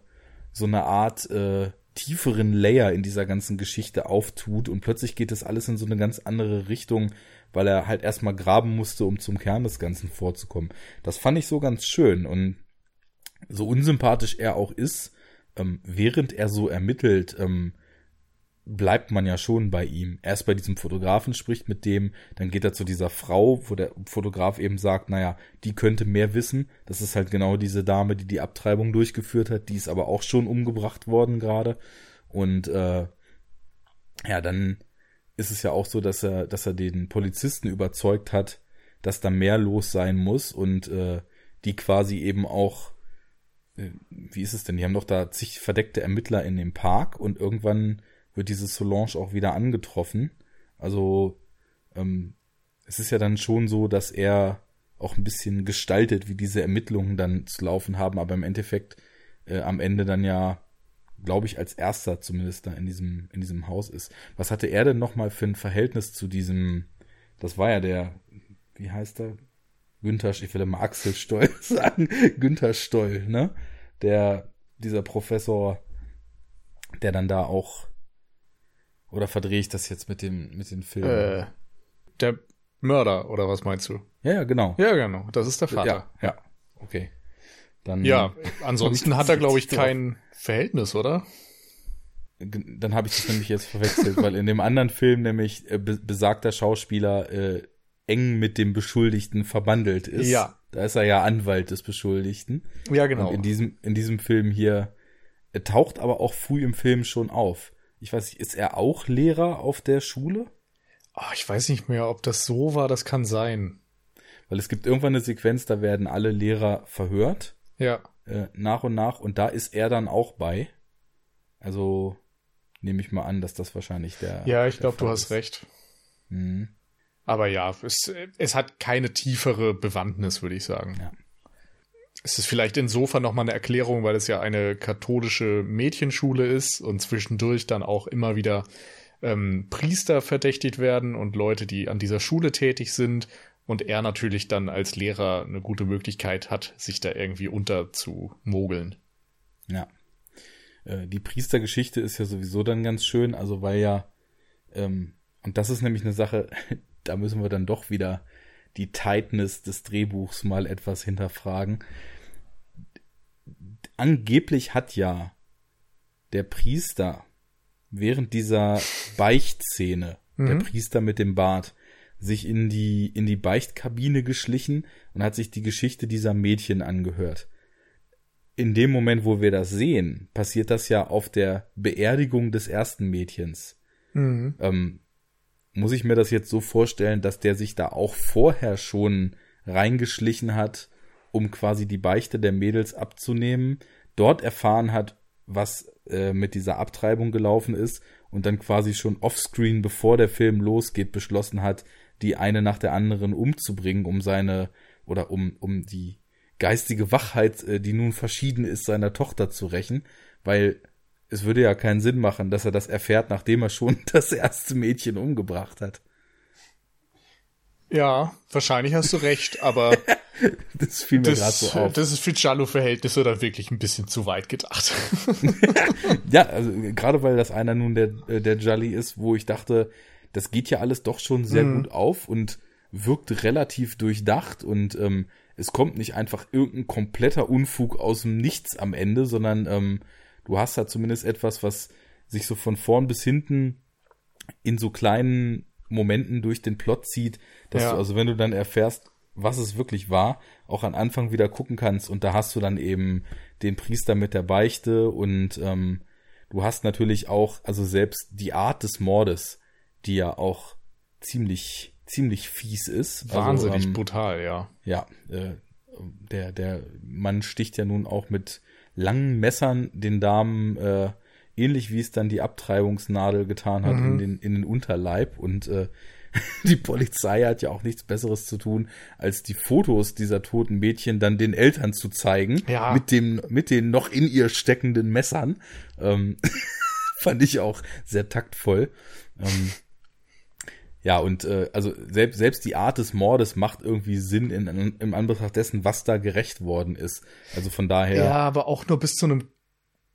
so eine Art äh, tieferen Layer in dieser ganzen Geschichte auftut und plötzlich geht das alles in so eine ganz andere Richtung, weil er halt erstmal graben musste, um zum Kern des Ganzen vorzukommen. Das fand ich so ganz schön und so unsympathisch er auch ist, ähm, während er so ermittelt, ähm, bleibt man ja schon bei ihm. Erst bei diesem Fotografen spricht mit dem, dann geht er zu dieser Frau, wo der Fotograf eben sagt, naja, die könnte mehr wissen. Das ist halt genau diese Dame, die die Abtreibung durchgeführt hat. Die ist aber auch schon umgebracht worden gerade. Und äh, ja, dann ist es ja auch so, dass er, dass er den Polizisten überzeugt hat, dass da mehr los sein muss und äh, die quasi eben auch, äh, wie ist es denn? Die haben doch da zig verdeckte Ermittler in dem Park und irgendwann wird diese Solange auch wieder angetroffen. Also ähm, es ist ja dann schon so, dass er auch ein bisschen gestaltet, wie diese Ermittlungen dann zu laufen haben, aber im Endeffekt äh, am Ende dann ja, glaube ich, als erster zumindest da in diesem in diesem Haus ist. Was hatte er denn nochmal für ein Verhältnis zu diesem, das war ja der, wie heißt er? Günther, ich will immer Axel Stoll sagen, Günther Stoll, ne? Der, dieser Professor, der dann da auch, oder verdrehe ich das jetzt mit dem, mit den Filmen? Äh, der Mörder, oder was meinst du? Ja, ja, genau. Ja, genau, das ist der Vater. Ja, ja. Okay. Dann, ja, ansonsten hat er, glaube ich, kein Verhältnis, oder? Dann habe ich das nämlich jetzt verwechselt, weil in dem anderen Film nämlich äh, be- besagter Schauspieler äh, eng mit dem Beschuldigten verbandelt ist. Ja. Da ist er ja Anwalt des Beschuldigten. Ja, genau. Und in diesem, in diesem Film hier, er taucht aber auch früh im Film schon auf. Ich weiß nicht, ist er auch Lehrer auf der Schule? Oh, ich weiß nicht mehr, ob das so war, das kann sein. Weil es gibt irgendwann eine Sequenz, da werden alle Lehrer verhört. Ja. Äh, nach und nach. Und da ist er dann auch bei. Also nehme ich mal an, dass das wahrscheinlich der Ja, ich der glaube, du Fall hast ist. recht. Mhm. Aber ja, es, es hat keine tiefere Bewandtnis, würde ich sagen. Ja. Es ist vielleicht insofern nochmal eine Erklärung, weil es ja eine katholische Mädchenschule ist und zwischendurch dann auch immer wieder ähm, Priester verdächtigt werden und Leute, die an dieser Schule tätig sind. Und er natürlich dann als Lehrer eine gute Möglichkeit hat, sich da irgendwie unterzumogeln. Ja. Äh, die Priestergeschichte ist ja sowieso dann ganz schön, also weil ja, ähm, und das ist nämlich eine Sache, da müssen wir dann doch wieder die Tightness des Drehbuchs mal etwas hinterfragen. Angeblich hat ja der Priester während dieser Beichtszene, mhm. der Priester mit dem Bart, sich in die, in die Beichtkabine geschlichen und hat sich die Geschichte dieser Mädchen angehört. In dem Moment, wo wir das sehen, passiert das ja auf der Beerdigung des ersten Mädchens. Mhm. Ähm, muss ich mir das jetzt so vorstellen, dass der sich da auch vorher schon reingeschlichen hat, um quasi die Beichte der Mädels abzunehmen, dort erfahren hat, was äh, mit dieser Abtreibung gelaufen ist und dann quasi schon offscreen, bevor der Film losgeht, beschlossen hat, die eine nach der anderen umzubringen, um seine, oder um, um die geistige Wachheit, äh, die nun verschieden ist, seiner Tochter zu rächen, weil es würde ja keinen Sinn machen, dass er das erfährt, nachdem er schon das erste Mädchen umgebracht hat. Ja, wahrscheinlich hast du recht, aber das fiel mir gerade so auf. Das ist für Giallo-Verhältnisse dann wirklich ein bisschen zu weit gedacht. Ja, also gerade weil das einer nun der, der Gialli ist, wo ich dachte, das geht ja alles doch schon sehr mhm. gut auf und wirkt relativ durchdacht und ähm, es kommt nicht einfach irgendein kompletter Unfug aus dem Nichts am Ende, sondern ähm, du hast da zumindest etwas, was sich so von vorn bis hinten in so kleinen Momenten durch den Plot zieht, dass ja. du, also wenn du dann erfährst, was es wirklich war, auch am Anfang wieder gucken kannst und da hast du dann eben den Priester mit der Beichte und ähm, du hast natürlich auch, also selbst die Art des Mordes, die ja auch ziemlich, ziemlich fies ist. Wahnsinnig also, ähm, brutal, ja. Ja, äh, der, der Mann sticht ja nun auch mit langen Messern den Damen, äh, ähnlich wie es dann die Abtreibungsnadel getan hat, mhm. in den, in den Unterleib und äh, die Polizei hat ja auch nichts Besseres zu tun, als die Fotos dieser toten Mädchen dann den Eltern zu zeigen, ja. mit dem, mit den noch in ihr steckenden Messern. Ähm, fand ich auch sehr taktvoll. Ähm, ja, und äh, also selbst, selbst die Art des Mordes macht irgendwie Sinn in, in, im Anbetracht dessen, was da gerecht worden ist. Also von daher. Ja, aber auch nur bis zu einem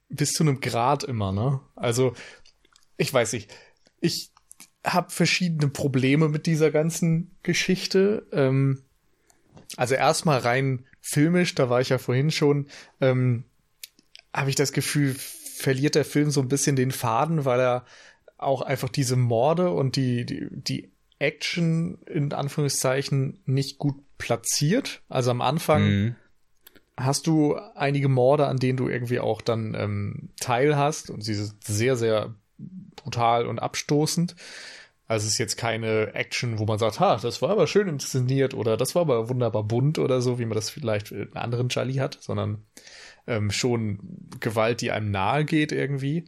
bis zu einem Grad immer, ne? Also, ich weiß nicht, ich habe verschiedene Probleme mit dieser ganzen Geschichte. Ähm, also erstmal rein filmisch, da war ich ja vorhin schon, ähm, habe ich das Gefühl, verliert der Film so ein bisschen den Faden, weil er auch einfach diese Morde und die, die, die Action in Anführungszeichen nicht gut platziert. Also am Anfang mhm. hast du einige Morde, an denen du irgendwie auch dann ähm, teil hast und sie sind sehr, sehr brutal und abstoßend. Also es ist jetzt keine Action, wo man sagt, ha, das war aber schön inszeniert oder das war aber wunderbar bunt oder so, wie man das vielleicht in anderen Jolly hat, sondern ähm, schon Gewalt, die einem nahe geht irgendwie.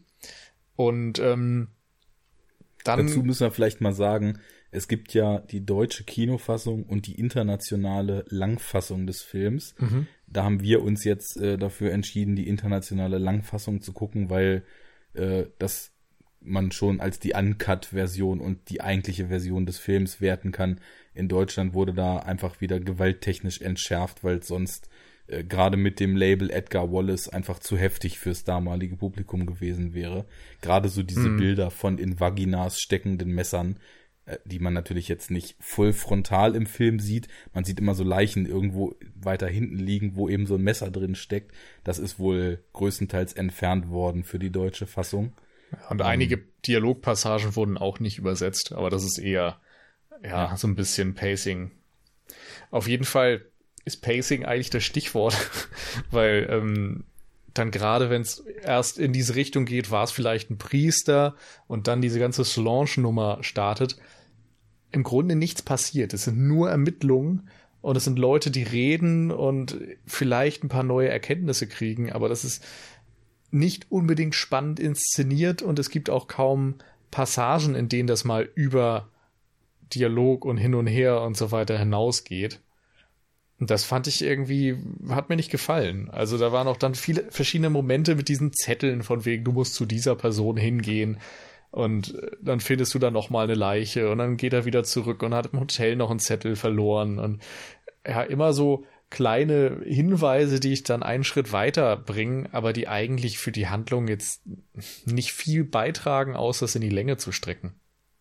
Und ähm, dann... Dazu müssen wir vielleicht mal sagen, es gibt ja die deutsche Kinofassung und die internationale Langfassung des Films. Mhm. Da haben wir uns jetzt äh, dafür entschieden, die internationale Langfassung zu gucken, weil äh, das man schon als die Uncut-Version und die eigentliche Version des Films werten kann. In Deutschland wurde da einfach wieder gewalttechnisch entschärft, weil es sonst äh, gerade mit dem Label Edgar Wallace einfach zu heftig fürs damalige Publikum gewesen wäre. Gerade so diese mhm. Bilder von in Vaginas steckenden Messern, äh, die man natürlich jetzt nicht voll frontal im Film sieht. Man sieht immer so Leichen irgendwo weiter hinten liegen, wo eben so ein Messer drin steckt. Das ist wohl größtenteils entfernt worden für die deutsche Fassung. Und einige Dialogpassagen wurden auch nicht übersetzt, aber das ist eher ja, ja so ein bisschen Pacing. Auf jeden Fall ist Pacing eigentlich das Stichwort, weil ähm, dann gerade, wenn es erst in diese Richtung geht, war es vielleicht ein Priester und dann diese ganze Solange-Nummer startet. Im Grunde nichts passiert. Es sind nur Ermittlungen und es sind Leute, die reden und vielleicht ein paar neue Erkenntnisse kriegen, aber das ist nicht unbedingt spannend inszeniert und es gibt auch kaum Passagen, in denen das mal über Dialog und hin und her und so weiter hinausgeht. Und das fand ich irgendwie, hat mir nicht gefallen. Also da waren auch dann viele verschiedene Momente mit diesen Zetteln von wegen, du musst zu dieser Person hingehen und dann findest du da noch mal eine Leiche und dann geht er wieder zurück und hat im Hotel noch einen Zettel verloren und ja, immer so kleine Hinweise, die ich dann einen Schritt weiter bringe, aber die eigentlich für die Handlung jetzt nicht viel beitragen, außer es in die Länge zu strecken.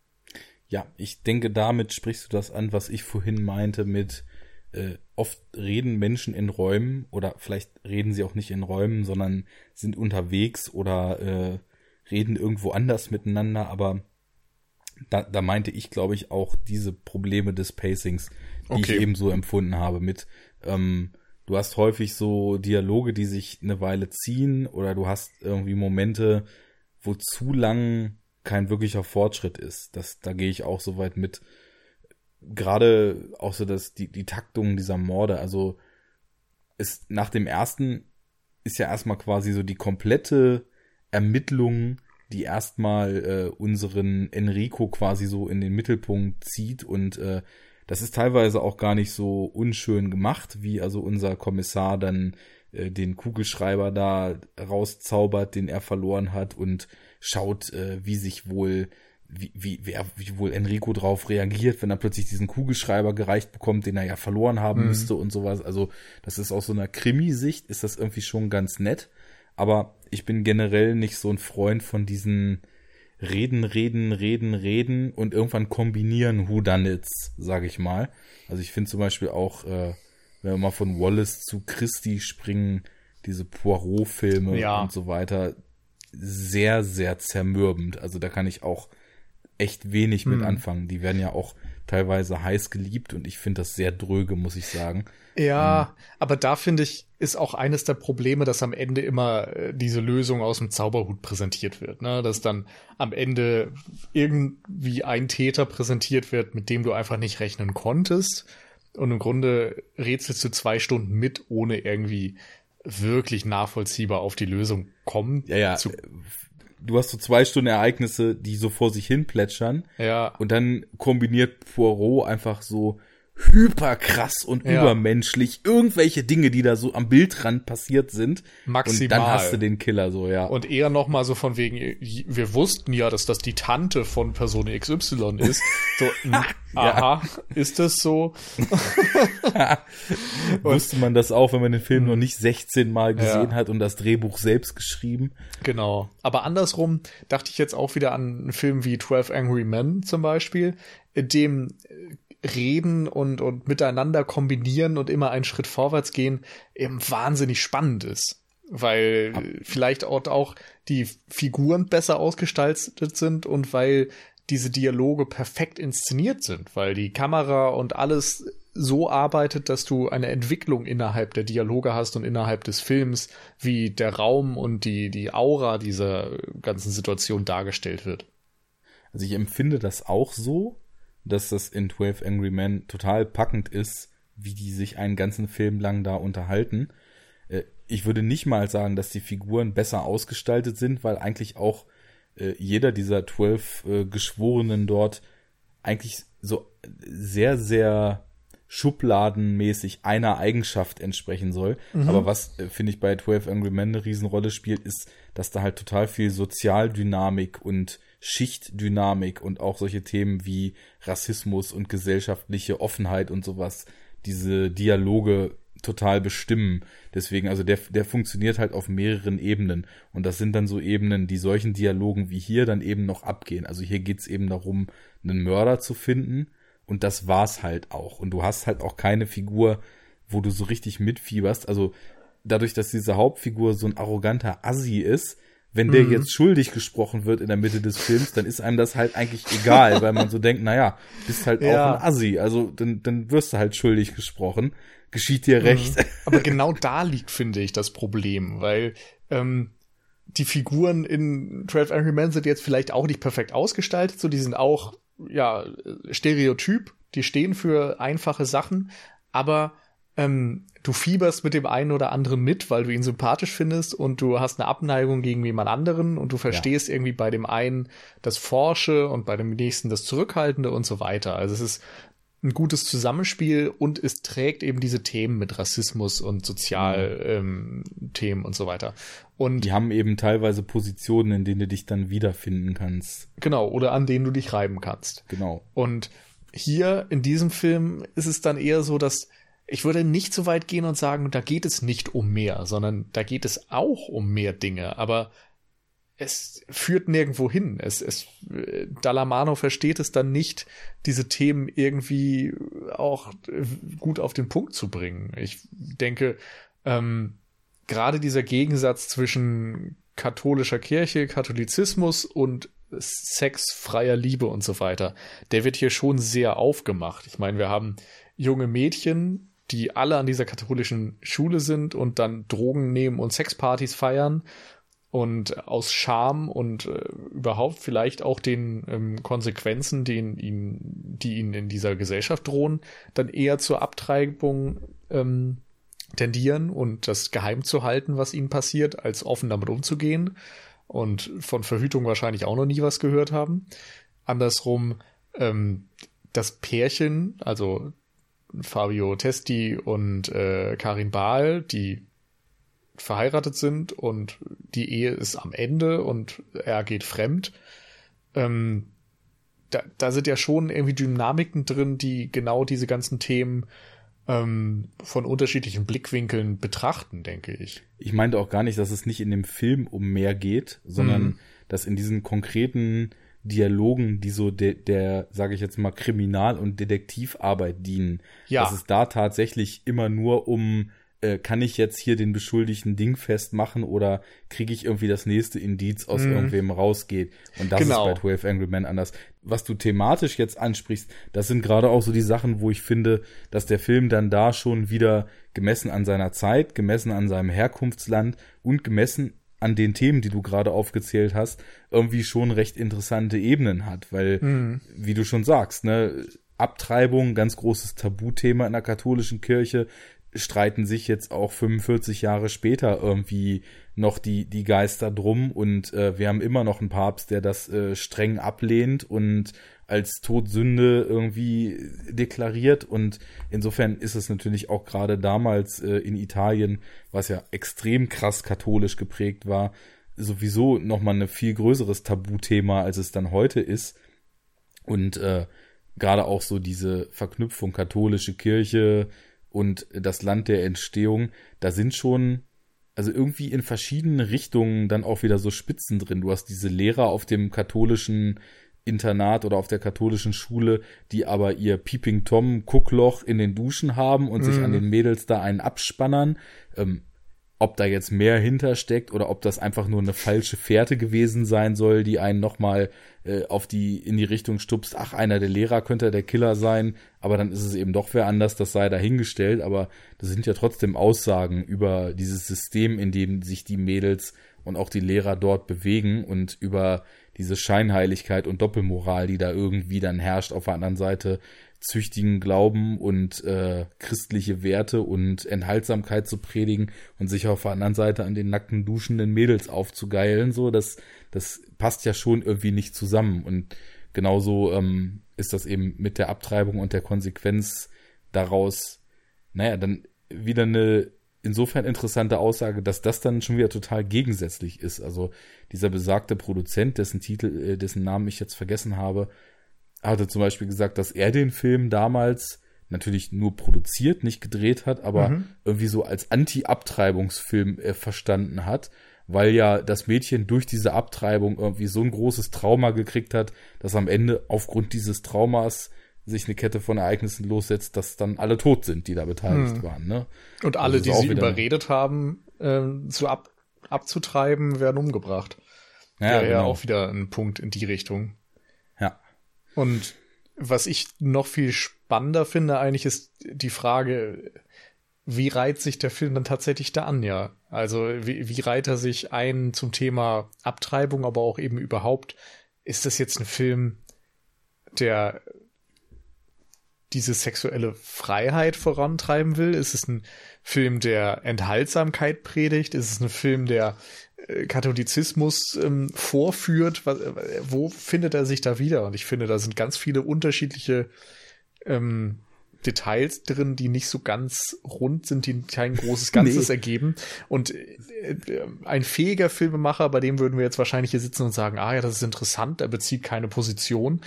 Ja, ich denke, damit sprichst du das an, was ich vorhin meinte mit äh, oft reden Menschen in Räumen oder vielleicht reden sie auch nicht in Räumen, sondern sind unterwegs oder äh, reden irgendwo anders miteinander, aber da, da meinte ich, glaube ich, auch diese Probleme des Pacings, die okay. ich eben so empfunden habe mit Ähm, du hast häufig so Dialoge, die sich eine Weile ziehen oder du hast irgendwie Momente, wo zu lang kein wirklicher Fortschritt ist. Das, da gehe ich auch so weit mit. Gerade auch so das, die, die Taktung dieser Morde, also ist nach dem ersten ist ja erstmal quasi so die komplette Ermittlung, die erstmal äh, unseren Enrico quasi so in den Mittelpunkt zieht und äh, das ist teilweise auch gar nicht so unschön gemacht, wie also unser Kommissar dann äh, den Kugelschreiber da rauszaubert, den er verloren hat und schaut, äh, wie sich wohl, wie, wie, wie, er, wie wohl Enrico drauf reagiert, wenn er plötzlich diesen Kugelschreiber gereicht bekommt, den er ja verloren haben mhm. müsste und sowas. Also das ist aus so einer Krimi-Sicht, ist das irgendwie schon ganz nett. Aber ich bin generell nicht so ein Freund von diesen Reden, reden, reden, reden und irgendwann kombinieren Whodunits, sage ich mal. Also ich finde zum Beispiel auch, äh, wenn wir mal von Wallace zu Christie springen, diese Poirot-Filme ja. und so weiter, sehr, sehr zermürbend. Also da kann ich auch echt wenig hm. mit anfangen. Die werden ja auch teilweise heiß geliebt und ich finde das sehr dröge, muss ich sagen. Ja, ähm, aber da finde ich, ist auch eines der Probleme, dass am Ende immer äh, diese Lösung aus dem Zauberhut präsentiert wird, ne? Dass dann am Ende irgendwie ein Täter präsentiert wird, mit dem du einfach nicht rechnen konntest und im Grunde rätselst du zwei Stunden mit, ohne irgendwie wirklich nachvollziehbar auf die Lösung kommen. Ja, ja. Zu Du hast so zwei Stunden Ereignisse, die so vor sich hin plätschern. Ja. Und dann kombiniert Poirot einfach so hyperkrass und Ja. übermenschlich. Irgendwelche Dinge, die da so am Bildrand passiert sind. Maximal. Und dann hast du den Killer so, ja. Und eher noch mal so von wegen, wir wussten ja, dass das die Tante von Person X Y ist. So, mh, aha, ist das so? Wusste man das auch, wenn man den Film noch nicht sechzehn Mal gesehen Ja. hat und das Drehbuch selbst geschrieben? Genau. Aber andersrum dachte ich jetzt auch wieder an einen Film wie twelve Angry Men zum Beispiel, in dem Reden und, und miteinander kombinieren und immer einen Schritt vorwärts gehen eben wahnsinnig spannend ist. Weil Ab- vielleicht auch, auch die Figuren besser ausgestaltet sind und weil diese Dialoge perfekt inszeniert sind, weil die Kamera und alles so arbeitet, dass du eine Entwicklung innerhalb der Dialoge hast und innerhalb des Films, wie der Raum und die, die Aura dieser ganzen Situation dargestellt wird. Also ich empfinde das auch so, dass das in twelve Angry Men total packend ist, wie die sich einen ganzen Film lang da unterhalten. Äh, Ich würde nicht mal sagen, dass die Figuren besser ausgestaltet sind, weil eigentlich auch äh, jeder dieser zwölf äh, Geschworenen dort eigentlich so sehr, sehr schubladenmäßig einer Eigenschaft entsprechen soll. Mhm. Aber was, äh, finde ich, bei twelve Angry Men eine Riesenrolle spielt, ist, dass da halt total viel Sozialdynamik und Schichtdynamik und auch solche Themen wie Rassismus und gesellschaftliche Offenheit und sowas, diese Dialoge total bestimmen. Deswegen, also der, der funktioniert halt auf mehreren Ebenen. Und das sind dann so Ebenen, die solchen Dialogen wie hier dann eben noch abgehen. Also hier geht's eben darum, einen Mörder zu finden. Und das war's halt auch. Und du hast halt auch keine Figur, wo du so richtig mitfieberst. Also dadurch, dass diese Hauptfigur so ein arroganter Assi ist, wenn der Mhm. jetzt schuldig gesprochen wird in der Mitte des Films, dann ist einem das halt eigentlich egal, weil man so denkt, naja, bist halt Ja. auch ein Assi. Also dann, dann wirst du halt schuldig gesprochen. Geschieht dir recht. Aber genau da liegt, finde ich, das Problem, weil ähm, die Figuren in twelve Angry Men sind jetzt vielleicht auch nicht perfekt ausgestaltet, so die sind auch ja Stereotyp, die stehen für einfache Sachen, aber ähm, du fieberst mit dem einen oder anderen mit, weil du ihn sympathisch findest und du hast eine Abneigung gegen jemand anderen und du verstehst ja. irgendwie bei dem einen das Forsche und bei dem nächsten das Zurückhaltende und so weiter. Also es ist ein gutes Zusammenspiel und es trägt eben diese Themen mit Rassismus und Sozialthemen ähm, und so weiter. Und die haben eben teilweise Positionen, in denen du dich dann wiederfinden kannst. Genau, oder an denen du dich reiben kannst. Genau. Und hier in diesem Film ist es dann eher so, dass ich würde nicht so weit gehen und sagen, da geht es nicht um mehr, sondern da geht es auch um mehr Dinge, aber es führt nirgendwo hin. Es, es, Dallamano versteht es dann nicht, diese Themen irgendwie auch gut auf den Punkt zu bringen. Ich denke, ähm, gerade dieser Gegensatz zwischen katholischer Kirche, Katholizismus und Sex, freier Liebe und so weiter, der wird hier schon sehr aufgemacht. Ich meine, wir haben junge Mädchen, die alle an dieser katholischen Schule sind und dann Drogen nehmen und Sexpartys feiern und aus Scham und äh, überhaupt vielleicht auch den ähm, Konsequenzen, den ihnen, die ihnen in dieser Gesellschaft drohen, dann eher zur Abtreibung ähm, tendieren und das geheim zu halten, was ihnen passiert, als offen damit umzugehen und von Verhütung wahrscheinlich auch noch nie was gehört haben. Andersrum, ähm, das Pärchen, also Fabio Testi und äh, Karin Bahl, die verheiratet sind und die Ehe ist am Ende und er geht fremd. Ähm, da, da sind ja schon irgendwie Dynamiken drin, die genau diese ganzen Themen ähm, von unterschiedlichen Blickwinkeln betrachten, denke ich. Ich meinte auch gar nicht, dass es nicht in dem Film um mehr geht, sondern mhm. dass in diesen konkreten Dialogen, die so de, der, sage ich jetzt mal, Kriminal- und Detektivarbeit dienen, ja. dass es da tatsächlich immer nur um äh, kann ich jetzt hier den Beschuldigten dingfest machen oder kriege ich irgendwie das nächste Indiz aus mm. irgendwem rausgeht. Und das genau. ist bei twelve Angry Men anders. Was du thematisch jetzt ansprichst, das sind gerade auch so die Sachen, wo ich finde, dass der Film dann da schon wieder gemessen an seiner Zeit, gemessen an seinem Herkunftsland und gemessen an den Themen, die du gerade aufgezählt hast, irgendwie schon recht interessante Ebenen hat. Weil, mm. wie du schon sagst, ne, Abtreibung, ganz großes Tabuthema in der katholischen Kirche, streiten sich jetzt auch fünfundvierzig Jahre später irgendwie noch die, die Geister drum und äh, wir haben immer noch einen Papst, der das äh, streng ablehnt und als Todsünde irgendwie deklariert und insofern ist es natürlich auch gerade damals äh, in Italien, was ja extrem krass katholisch geprägt war, sowieso nochmal ein viel größeres Tabuthema, als es dann heute ist und äh, gerade auch so diese Verknüpfung katholische Kirche und das Land der Entstehung, da sind schon, also irgendwie in verschiedene Richtungen dann auch wieder so Spitzen drin. Du hast diese Lehrer auf dem katholischen Internat oder auf der katholischen Schule, die aber ihr Peeping Tom Guckloch in den Duschen haben und mhm. sich an den Mädels da einen abspannern. Ähm, ob da jetzt mehr hintersteckt oder ob das einfach nur eine falsche Fährte gewesen sein soll, die einen nochmal äh, auf die, in die Richtung stupst, ach, einer der Lehrer könnte der Killer sein, aber dann ist es eben doch wer anders, das sei dahingestellt, aber das sind ja trotzdem Aussagen über dieses System, in dem sich die Mädels und auch die Lehrer dort bewegen und über diese Scheinheiligkeit und Doppelmoral, die da irgendwie dann herrscht, auf der anderen Seite züchtigen Glauben und äh, christliche Werte und Enthaltsamkeit zu predigen und sich auf der anderen Seite an den nackten duschenden Mädels aufzugeilen, so, das, das passt ja schon irgendwie nicht zusammen und genauso ähm, ist das eben mit der Abtreibung und der Konsequenz daraus, naja, dann wieder eine insofern interessante Aussage, dass das dann schon wieder total gegensätzlich ist, also dieser besagte Produzent, dessen Titel, äh, dessen Namen ich jetzt vergessen habe, hatte zum Beispiel gesagt, dass er den Film damals natürlich nur produziert, nicht gedreht hat, aber mhm. irgendwie so als Anti-Abtreibungsfilm äh, verstanden hat, weil ja das Mädchen durch diese Abtreibung irgendwie so ein großes Trauma gekriegt hat, dass am Ende aufgrund dieses Traumas sich eine Kette von Ereignissen lossetzt, dass dann alle tot sind, die da beteiligt mhm. waren. Ne? Und alle, die sie überredet haben, äh, zu ab- abzutreiben, werden umgebracht. Ja, ja, genau. Ja, auch wieder ein Punkt in die Richtung. Ja. Und was ich noch viel spannender finde eigentlich ist die Frage, wie reiht sich der Film dann tatsächlich da an, ja? Also wie, wie reiht er sich ein zum Thema Abtreibung, aber auch eben überhaupt, ist das jetzt ein Film, der diese sexuelle Freiheit vorantreiben will? Ist es ein Film, der Enthaltsamkeit predigt? Ist es ein Film, der Katholizismus ähm, vorführt? Was, wo findet er sich da wieder? Und ich finde, da sind ganz viele unterschiedliche ähm, Details drin, die nicht so ganz rund sind, die kein großes Ganzes nee. ergeben. Und äh, ein fähiger Filmemacher, bei dem würden wir jetzt wahrscheinlich hier sitzen und sagen, ah ja, das ist interessant, er bezieht keine Position.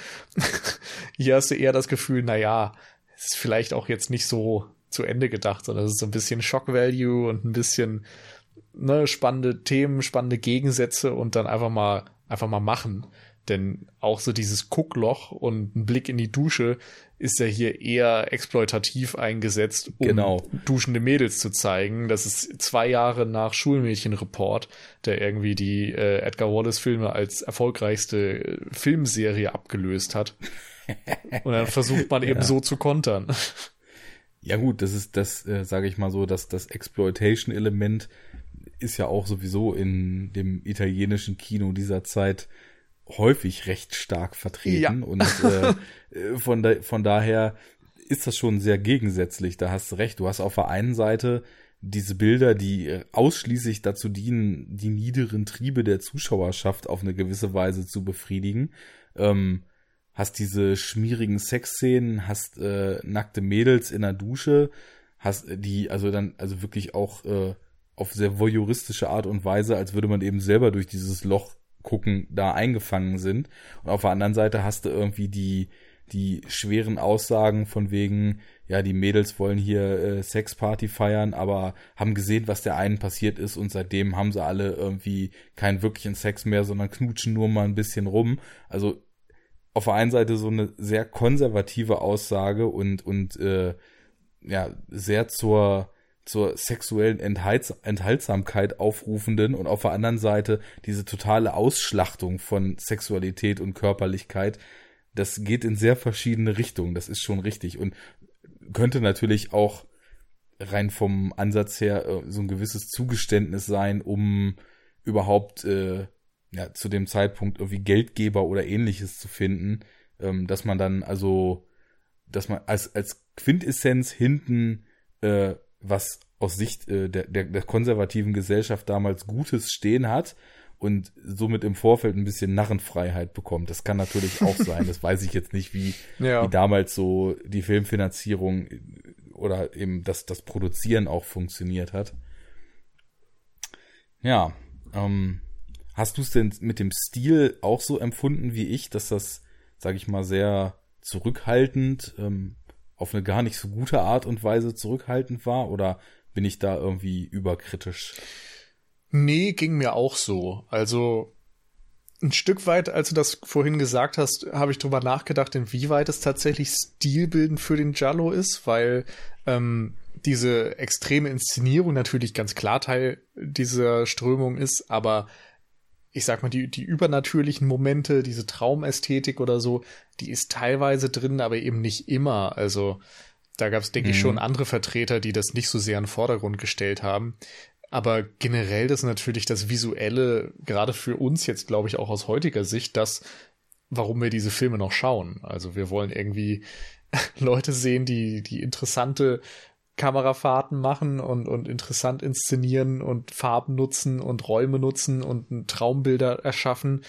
Hier hast du eher das Gefühl, na ja, es ist vielleicht auch jetzt nicht so zu Ende gedacht, sondern es ist so ein bisschen Shock Value und ein bisschen ne, spannende Themen, spannende Gegensätze und dann einfach mal einfach mal machen. Denn auch so dieses Guckloch und ein Blick in die Dusche ist ja hier eher exploitativ eingesetzt, um genau. duschende Mädels zu zeigen. Das ist zwei Jahre nach Schulmädchenreport, der irgendwie die äh, Edgar Wallace-Filme als erfolgreichste äh, Filmserie abgelöst hat. Und dann versucht man eben ja. so zu kontern. Ja gut, das ist das, äh, sage ich mal so, dass das Exploitation-Element ist ja auch sowieso in dem italienischen Kino dieser Zeit häufig recht stark vertreten ja. und äh, von, da, von daher ist das schon sehr gegensätzlich, da hast du recht. Du hast auf der einen Seite diese Bilder, die ausschließlich dazu dienen, die niederen Triebe der Zuschauerschaft auf eine gewisse Weise zu befriedigen. Ähm, hast diese schmierigen Sexszenen, hast äh, nackte Mädels in der Dusche, hast die also dann also wirklich auch äh, auf sehr voyeuristische Art und Weise, als würde man eben selber durch dieses Loch gucken, da eingefangen sind. Und auf der anderen Seite hast du irgendwie die die schweren Aussagen von wegen, ja, die Mädels wollen hier äh, Sexparty feiern, aber haben gesehen, was der einen passiert ist und seitdem haben sie alle irgendwie keinen wirklichen Sex mehr, sondern knutschen nur mal ein bisschen rum. Also auf der einen Seite so eine sehr konservative Aussage und und äh, ja, sehr zur zur sexuellen Enthalts- Enthaltsamkeit aufrufenden und auf der anderen Seite diese totale Ausschlachtung von Sexualität und Körperlichkeit, das geht in sehr verschiedene Richtungen, das ist schon richtig und könnte natürlich auch rein vom Ansatz her äh, so ein gewisses Zugeständnis sein, um überhaupt äh, ja zu dem Zeitpunkt irgendwie Geldgeber oder ähnliches zu finden, ähm, dass man dann also, dass man als als Quintessenz hinten äh, was aus Sicht äh, der, der, der konservativen Gesellschaft damals Gutes stehen hat und somit im Vorfeld ein bisschen Narrenfreiheit bekommt. Das kann natürlich auch sein. Das weiß ich jetzt nicht, wie, ja. wie damals so die Filmfinanzierung oder eben das, das Produzieren auch funktioniert hat. Ja, ähm, hast du es denn mit dem Stil auch so empfunden wie ich, dass das, sage ich mal, sehr zurückhaltend, ähm, auf eine gar nicht so gute Art und Weise zurückhaltend war? Oder bin ich da irgendwie überkritisch? Nee, ging mir auch so. Also ein Stück weit, als du das vorhin gesagt hast, habe ich drüber nachgedacht, inwieweit es tatsächlich stilbildend für den Giallo ist, weil ähm, diese extreme Inszenierung natürlich ganz klar Teil dieser Strömung ist, aber ich sag mal, die, die übernatürlichen Momente, diese Traumästhetik oder so, die ist teilweise drin, aber eben nicht immer. Also da gab es, denke mhm. ich, schon andere Vertreter, die das nicht so sehr in den Vordergrund gestellt haben. Aber generell das natürlich das Visuelle, gerade für uns jetzt, glaube ich, auch aus heutiger Sicht, das, warum wir diese Filme noch schauen. Also wir wollen irgendwie Leute sehen, die, die interessante Kamerafahrten machen und, und interessant inszenieren und Farben nutzen und Räume nutzen und Traumbilder erschaffen.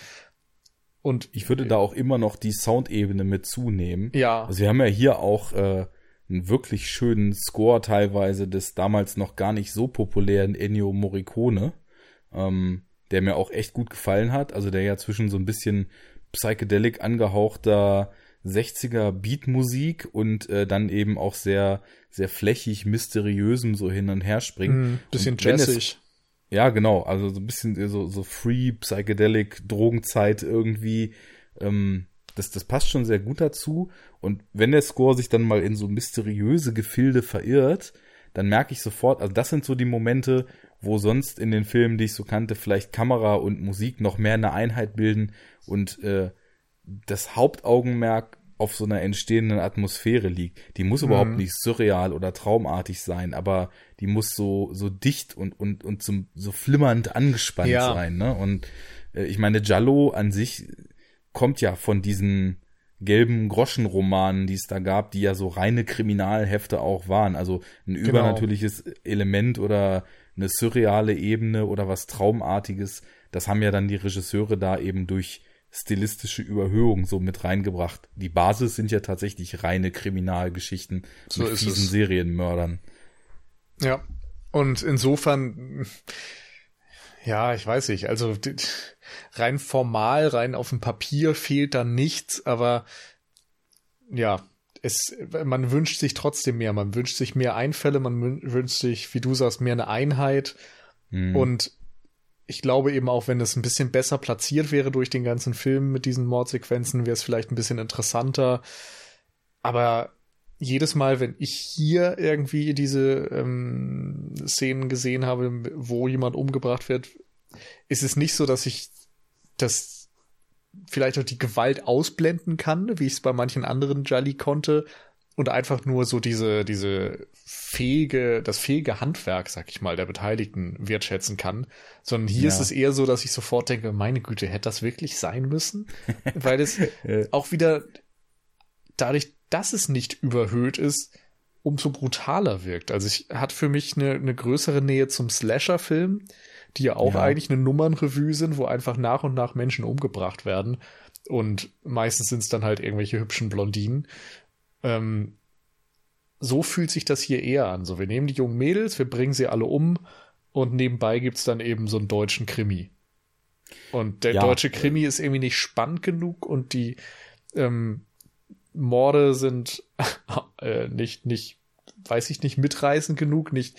Und ich würde da auch immer noch die Soundebene mit zunehmen. Ja. Also wir haben ja hier auch äh, einen wirklich schönen Score teilweise des damals noch gar nicht so populären Ennio Morricone, ähm, der mir auch echt gut gefallen hat. Also der ja zwischen so ein bisschen psychedelic angehauchter sechziger Beatmusik und äh, dann eben auch sehr sehr flächig, mysteriösem so hin und her springt. Mm, bisschen jazzig. Ja, genau. Also so ein bisschen so, so free, psychedelic, Drogenzeit irgendwie. Ähm, das, das passt schon sehr gut dazu. Und wenn der Score sich dann mal in so mysteriöse Gefilde verirrt, dann merke ich sofort, also das sind so die Momente, wo sonst in den Filmen, die ich so kannte, vielleicht Kamera und Musik noch mehr eine Einheit bilden und äh, das Hauptaugenmerk auf so einer entstehenden Atmosphäre liegt. Die muss mhm. überhaupt nicht surreal oder traumartig sein, aber die muss so so dicht und und und so, so flimmernd angespannt ja. sein, ne? Und äh, ich meine, Giallo an sich kommt ja von diesen gelben Groschenromanen, die es da gab, die ja so reine Kriminalhefte auch waren. Also ein genau. übernatürliches Element oder eine surreale Ebene oder was Traumartiges. Das haben ja dann die Regisseure da eben durch stilistische Überhöhung so mit reingebracht. Die Basis sind ja tatsächlich reine Kriminalgeschichten so mit ist fiesen es. Serienmördern. Ja, und insofern, ja, ich weiß nicht, also rein formal, rein auf dem Papier fehlt da nichts, aber ja, es, man wünscht sich trotzdem mehr. Man wünscht sich mehr Einfälle, man wünscht sich, wie du sagst, mehr eine Einheit mhm. und ich glaube eben auch, wenn es ein bisschen besser platziert wäre durch den ganzen Film mit diesen Mordsequenzen, wäre es vielleicht ein bisschen interessanter. Aber jedes Mal, wenn ich hier irgendwie diese ähm, Szenen gesehen habe, wo jemand umgebracht wird, ist es nicht so, dass ich das vielleicht auch die Gewalt ausblenden kann, wie ich es bei manchen anderen Gialli konnte, und einfach nur so diese, diese fähige, das fähige Handwerk, sag ich mal, der Beteiligten wertschätzen kann. Sondern hier ja. ist es eher so, dass ich sofort denke, meine Güte, hätte das wirklich sein müssen? Weil es auch wieder dadurch, dass es nicht überhöht ist, umso brutaler wirkt. Also es hat für mich eine, eine größere Nähe zum Slasher-Film, die ja auch ja. eigentlich eine Nummernrevue sind, wo einfach nach und nach Menschen umgebracht werden. Und meistens sind es dann halt irgendwelche hübschen Blondinen. Ähm, so fühlt sich das hier eher an. So, wir nehmen die jungen Mädels, wir bringen sie alle um und nebenbei gibt's dann eben so einen deutschen Krimi. Und der ja. deutsche Krimi ist irgendwie nicht spannend genug und die ähm, Morde sind äh, nicht, nicht, weiß ich nicht, mitreißend genug, nicht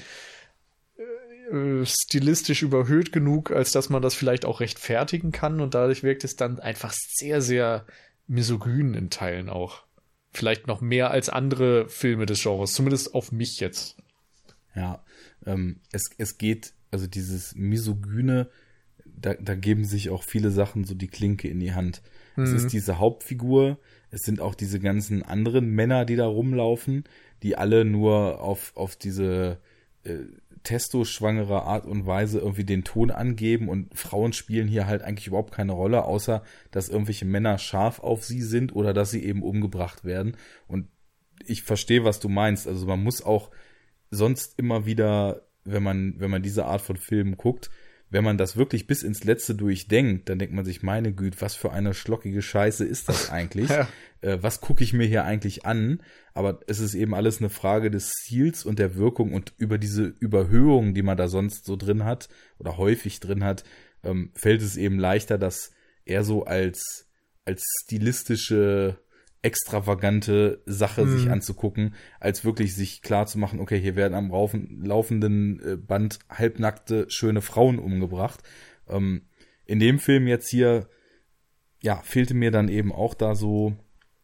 äh, stilistisch überhöht genug, als dass man das vielleicht auch rechtfertigen kann, und dadurch wirkt es dann einfach sehr, sehr misogyn in Teilen auch. Vielleicht noch mehr als andere Filme des Genres, zumindest auf mich jetzt. Ja, ähm, es, es geht, also dieses Misogyne, da, da geben sich auch viele Sachen so die Klinke in die Hand. Mhm. Es ist diese Hauptfigur, es sind auch diese ganzen anderen Männer, die da rumlaufen, die alle nur auf, auf diese äh, testoschwangere Art und Weise irgendwie den Ton angeben, und Frauen spielen hier halt eigentlich überhaupt keine Rolle, außer dass irgendwelche Männer scharf auf sie sind oder dass sie eben umgebracht werden. Und ich verstehe, was du meinst. Also man muss auch sonst immer wieder, wenn man, wenn man diese Art von Filmen guckt, wenn man das wirklich bis ins Letzte durchdenkt, dann denkt man sich, meine Güte, was für eine schlockige Scheiße ist das eigentlich? Ja. Äh, was gucke ich mir hier eigentlich an? Aber es ist eben alles eine Frage des Ziels und der Wirkung, und über diese Überhöhung, die man da sonst so drin hat oder häufig drin hat, ähm, fällt es eben leichter, das eher so als, als stilistische, extravagante Sache mhm. sich anzugucken, als wirklich sich klar zu machen, okay, hier werden am laufenden Band halbnackte, schöne Frauen umgebracht. Ähm, in dem Film jetzt hier, ja, fehlte mir dann eben auch da so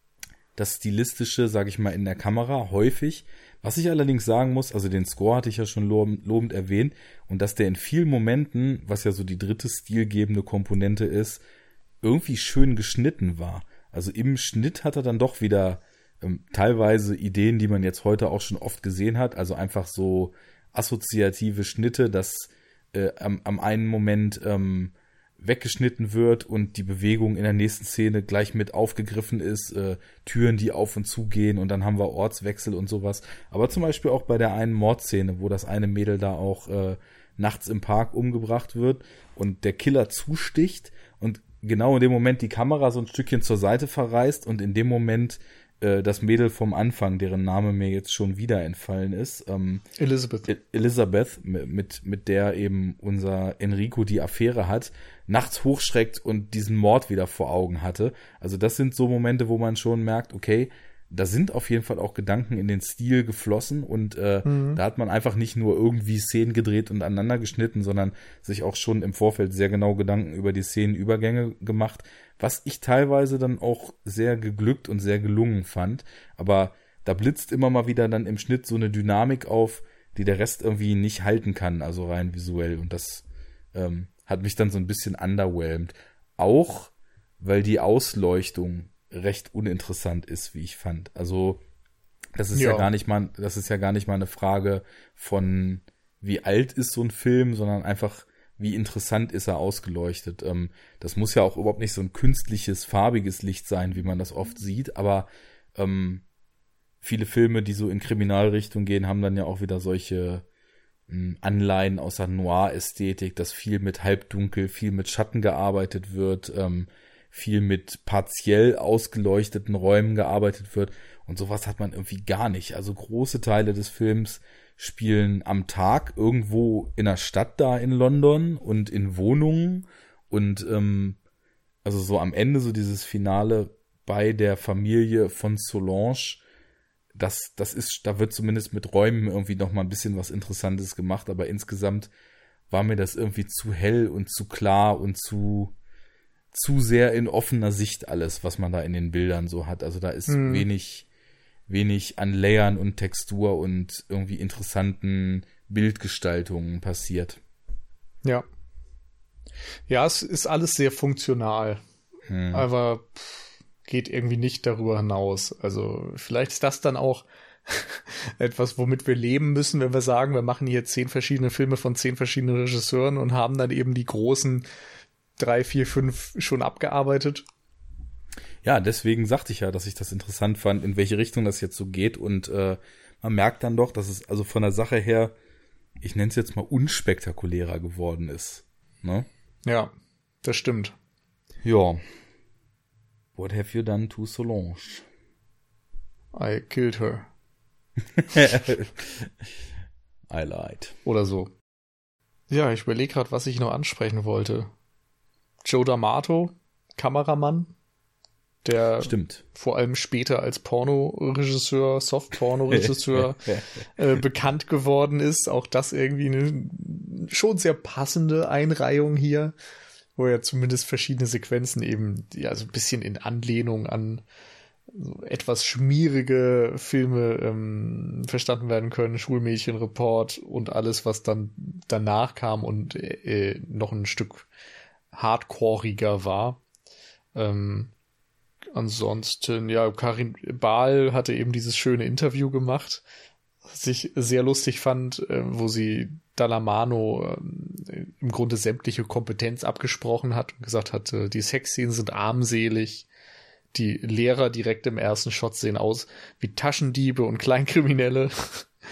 das Stilistische, sag ich mal, in der Kamera häufig. Was ich allerdings sagen muss, also den Score hatte ich ja schon lobend, lobend erwähnt, und dass der in vielen Momenten, was ja so die dritte stilgebende Komponente ist, irgendwie schön geschnitten war. Also im Schnitt hat er dann doch wieder ähm, teilweise Ideen, die man jetzt heute auch schon oft gesehen hat. Also einfach so assoziative Schnitte, dass äh, am, am einen Moment ähm, weggeschnitten wird und die Bewegung in der nächsten Szene gleich mit aufgegriffen ist. Äh, Türen, die auf und zu gehen, und dann haben wir Ortswechsel und sowas. Aber zum Beispiel auch bei der einen Mordszene, wo das eine Mädel da auch äh, nachts im Park umgebracht wird und der Killer zusticht und genau in dem Moment die Kamera so ein Stückchen zur Seite verreißt und in dem Moment äh, das Mädel vom Anfang, deren Name mir jetzt schon wieder entfallen ist, ähm, Elizabeth. Elizabeth, mit, mit der eben unser Enrico die Affäre hat, nachts hochschreckt und diesen Mord wieder vor Augen hatte. Also das sind so Momente, wo man schon merkt, okay, da sind auf jeden Fall auch Gedanken in den Stil geflossen, und äh, mhm. da hat man einfach nicht nur irgendwie Szenen gedreht und aneinander geschnitten, sondern sich auch schon im Vorfeld sehr genau Gedanken über die Szenenübergänge gemacht, was ich teilweise dann auch sehr geglückt und sehr gelungen fand. Aber da blitzt immer mal wieder dann im Schnitt so eine Dynamik auf, die der Rest irgendwie nicht halten kann, also rein visuell, und das ähm, hat mich dann so ein bisschen underwhelmed. Auch, weil die Ausleuchtung recht uninteressant ist, wie ich fand. Also das ist ja. ja gar nicht mal, das ist ja gar nicht mal eine Frage von, wie alt ist so ein Film, sondern einfach, wie interessant ist er ausgeleuchtet. Ähm, das muss ja auch überhaupt nicht so ein künstliches, farbiges Licht sein, wie man das oft sieht, aber ähm, viele Filme, die so in Kriminalrichtung gehen, haben dann ja auch wieder solche ähm, Anleihen aus der Noir-Ästhetik, dass viel mit Halbdunkel, viel mit Schatten gearbeitet wird, ähm, viel mit partiell ausgeleuchteten Räumen gearbeitet wird, und sowas hat man irgendwie gar nicht. Also große Teile des Films spielen am Tag irgendwo in der Stadt da in London und in Wohnungen, und ähm, also so am Ende so dieses Finale bei der Familie von Solange, das das ist, da wird zumindest mit Räumen irgendwie noch mal ein bisschen was Interessantes gemacht, aber insgesamt war mir das irgendwie zu hell und zu klar und zu zu sehr in offener Sicht alles, was man da in den Bildern so hat. Also da ist hm. wenig, wenig an Layern und Textur und irgendwie interessanten Bildgestaltungen passiert. Ja. Ja, es ist alles sehr funktional. Hm. Aber pff, geht irgendwie nicht darüber hinaus. Also vielleicht ist das dann auch etwas, womit wir leben müssen, wenn wir sagen, wir machen hier zehn verschiedene Filme von zehn verschiedenen Regisseuren und haben dann eben die großen drei, vier, fünf schon abgearbeitet. Ja, deswegen sagte ich ja, dass ich das interessant fand, in welche Richtung das jetzt so geht, und äh, man merkt dann doch, dass es also von der Sache her, ich nenne es jetzt mal, unspektakulärer geworden ist. Ne? Ja, das stimmt. Ja. What have you done to Solange? I killed her. I lied. Oder so. Ja, ich überlege gerade, was ich noch ansprechen wollte. Joe D'Amato, Kameramann, der Stimmt. vor allem später als Pornoregisseur, Soft-Porno-Regisseur äh, bekannt geworden ist. Auch das irgendwie eine schon sehr passende Einreihung hier, wo ja zumindest verschiedene Sequenzen eben ja so ein bisschen in Anlehnung an so etwas schmierige Filme ähm, verstanden werden können. Schulmädchenreport und alles, was dann danach kam und äh, noch ein Stück hardcoreiger war. Ähm, ansonsten, ja, Karin Bahl hatte eben dieses schöne Interview gemacht, was ich sehr lustig fand, äh, wo sie Dallamano äh, im Grunde sämtliche Kompetenz abgesprochen hat und gesagt hat, äh, die Sexszenen sind armselig, die Lehrer direkt im ersten Shot sehen aus wie Taschendiebe und Kleinkriminelle.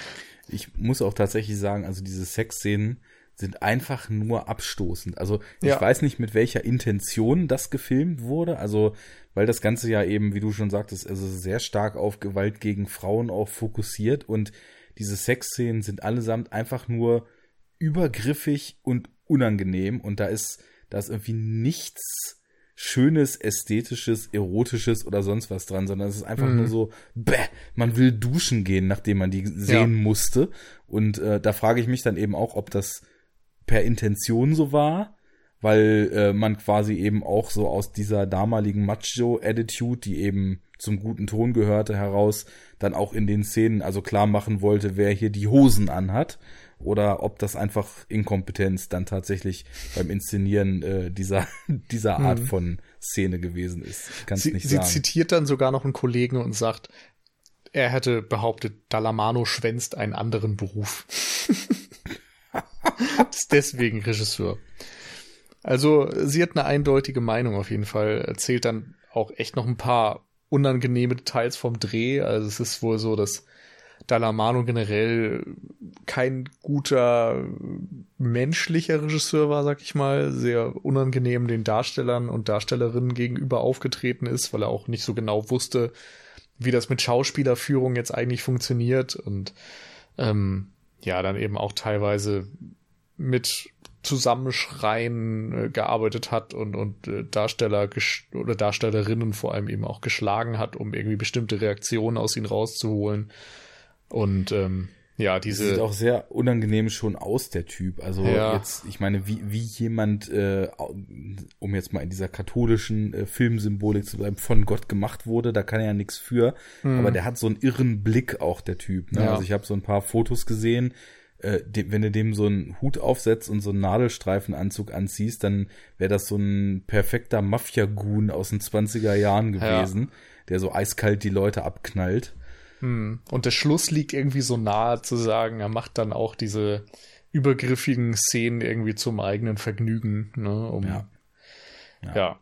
Ich muss auch tatsächlich sagen, also diese Sexszenen sind einfach nur abstoßend. Also ich Ja. weiß nicht, mit welcher Intention das gefilmt wurde. Also weil das Ganze ja eben, wie du schon sagtest, also sehr stark auf Gewalt gegen Frauen auch fokussiert. Und diese Sexszenen sind allesamt einfach nur übergriffig und unangenehm. Und da ist, da ist irgendwie nichts Schönes, Ästhetisches, Erotisches oder sonst was dran, sondern es ist einfach Mhm. nur so, bäh, man will duschen gehen, nachdem man die sehen Ja. musste. Und äh, da frage ich mich dann eben auch, ob das per Intention so war, weil äh, man quasi eben auch so aus dieser damaligen Macho-Attitude, die eben zum guten Ton gehörte, heraus dann auch in den Szenen also klar machen wollte, wer hier die Hosen anhat, oder ob das einfach Inkompetenz dann tatsächlich beim Inszenieren äh, dieser dieser Art Mhm. von Szene gewesen ist. Ich kann es Sie, nicht sie sagen. zitiert dann sogar noch einen Kollegen und sagt, er hätte behauptet, Dallamano schwänzt einen anderen Beruf. Ist deswegen Regisseur. Also sie hat eine eindeutige Meinung auf jeden Fall. Erzählt dann auch echt noch ein paar unangenehme Details vom Dreh. Also es ist wohl so, dass Dallamano generell kein guter menschlicher Regisseur war, sag ich mal. Sehr unangenehm den Darstellern und Darstellerinnen gegenüber aufgetreten ist, weil er auch nicht so genau wusste, wie das mit Schauspielerführung jetzt eigentlich funktioniert. Und ähm, ja, dann eben auch teilweise mit Zusammenschreien äh, gearbeitet hat und, und äh, Darsteller gesch- oder Darstellerinnen vor allem eben auch geschlagen hat, um irgendwie bestimmte Reaktionen aus ihnen rauszuholen. Und ähm, ja, diese sieht auch sehr unangenehm schon aus, der Typ. Also Ja. jetzt, ich meine, wie, wie jemand, äh, um jetzt mal in dieser katholischen äh, Filmsymbolik zu bleiben, von Gott gemacht wurde, da kann er ja nichts für. Hm. Aber der hat so einen irren Blick auch, der Typ. Ne? Ja. Also ich habe so ein paar Fotos gesehen. Äh, de- wenn du dem so einen Hut aufsetzt und so einen Nadelstreifenanzug anziehst, dann wäre das so ein perfekter Mafia-Goon aus den zwanziger Jahren gewesen, der so eiskalt die Leute abknallt. Hm. Und der Schluss liegt irgendwie so nahe zu sagen, er macht dann auch diese übergriffigen Szenen irgendwie zum eigenen Vergnügen, ne, um Ja. ja. Ja.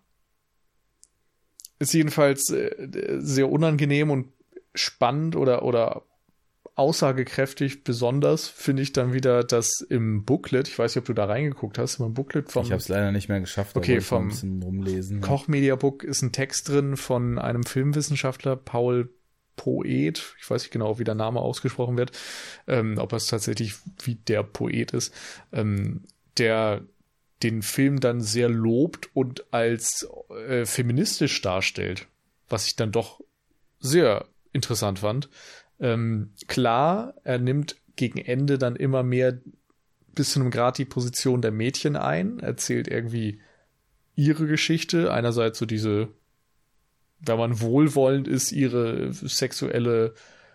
Ist jedenfalls äh, sehr unangenehm und spannend oder oder aussagekräftig. Besonders finde ich dann wieder, dass im Booklet, ich weiß nicht, ob du da reingeguckt hast, im Booklet vom Ich habe es leider nicht mehr geschafft, da Okay, wollte ich mal vom ein bisschen rumlesen. ja. Koch-Media-Book ist ein Text drin von einem Filmwissenschaftler, Paul Poet, ich weiß nicht genau, wie der Name ausgesprochen wird, ähm, ob es tatsächlich wie der Poet ist, ähm, der den Film dann sehr lobt und als äh, feministisch darstellt, was ich dann doch sehr interessant fand. Ähm, klar, er nimmt gegen Ende dann immer mehr bis zu einem Grad die Position der Mädchen ein, erzählt irgendwie ihre Geschichte, einerseits so diese, wenn man wohlwollend ist, ihre sexuelle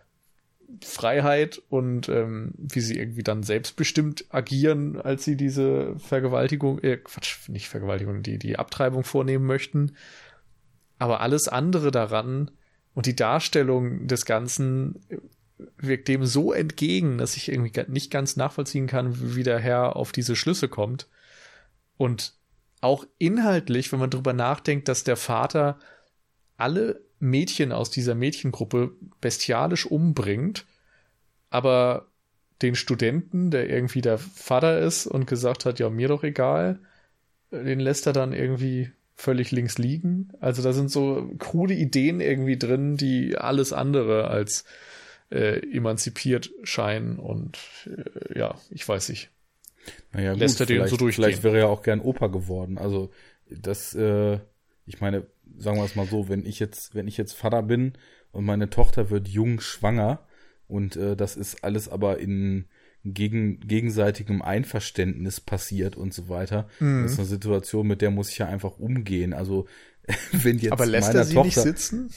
Freiheit und ähm, wie sie irgendwie dann selbstbestimmt agieren, als sie diese Vergewaltigung, äh, Quatsch, nicht Vergewaltigung, die, die Abtreibung vornehmen möchten. Aber alles andere daran und die Darstellung des Ganzen wirkt dem so entgegen, dass ich irgendwie nicht ganz nachvollziehen kann, wie der Herr auf diese Schlüsse kommt. Und auch inhaltlich, wenn man drüber nachdenkt, dass der Vater alle Mädchen aus dieser Mädchengruppe bestialisch umbringt, aber den Studenten, der irgendwie der Vater ist und gesagt hat, ja, mir doch egal, den lässt er dann irgendwie völlig links liegen. Also da sind so krude Ideen irgendwie drin, die alles andere als äh, emanzipiert scheinen und äh, ja, ich weiß nicht. Naja, gut, Lässt er den vielleicht, so durchgehen. vielleicht wäre er ja auch gern Opa geworden. Also das, äh, ich meine, sagen wir es mal so, wenn ich jetzt, wenn ich jetzt Vater bin und meine Tochter wird jung schwanger und äh, das ist alles aber in gegen, gegenseitigem Einverständnis passiert und so weiter, Mhm. das ist eine Situation, mit der muss ich ja einfach umgehen. Also wenn jetzt Aber lässt meiner er sie Tochter, nicht sitzen?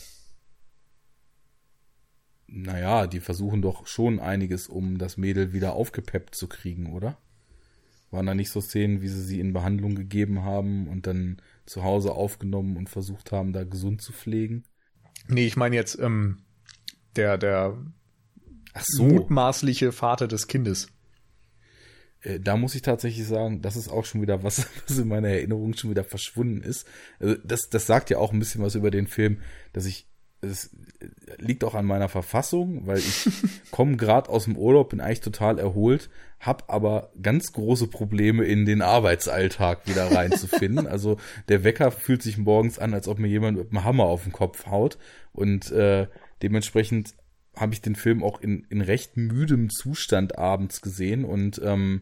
naja, die versuchen doch schon einiges, um das Mädel wieder aufgepeppt zu kriegen, oder? Waren da nicht so Szenen, wie sie sie in Behandlung gegeben haben und dann zu Hause aufgenommen und versucht haben, da gesund zu pflegen? Nee, ich meine jetzt ähm, der, der Ach so, mutmaßliche Vater des Kindes. äh, da muss ich tatsächlich sagen, das ist auch schon wieder was, was in meiner Erinnerung schon wieder verschwunden ist. Also das, das sagt ja auch ein bisschen was über den Film, dass ich es liegt auch an meiner Verfassung, weil ich komme gerade aus dem Urlaub, bin eigentlich total erholt, habe aber ganz große Probleme in den Arbeitsalltag wieder reinzufinden. Also der Wecker fühlt sich morgens an, als ob mir jemand mit einem Hammer auf den Kopf haut und äh, dementsprechend habe ich den Film auch in, in recht müdem Zustand abends gesehen und ähm,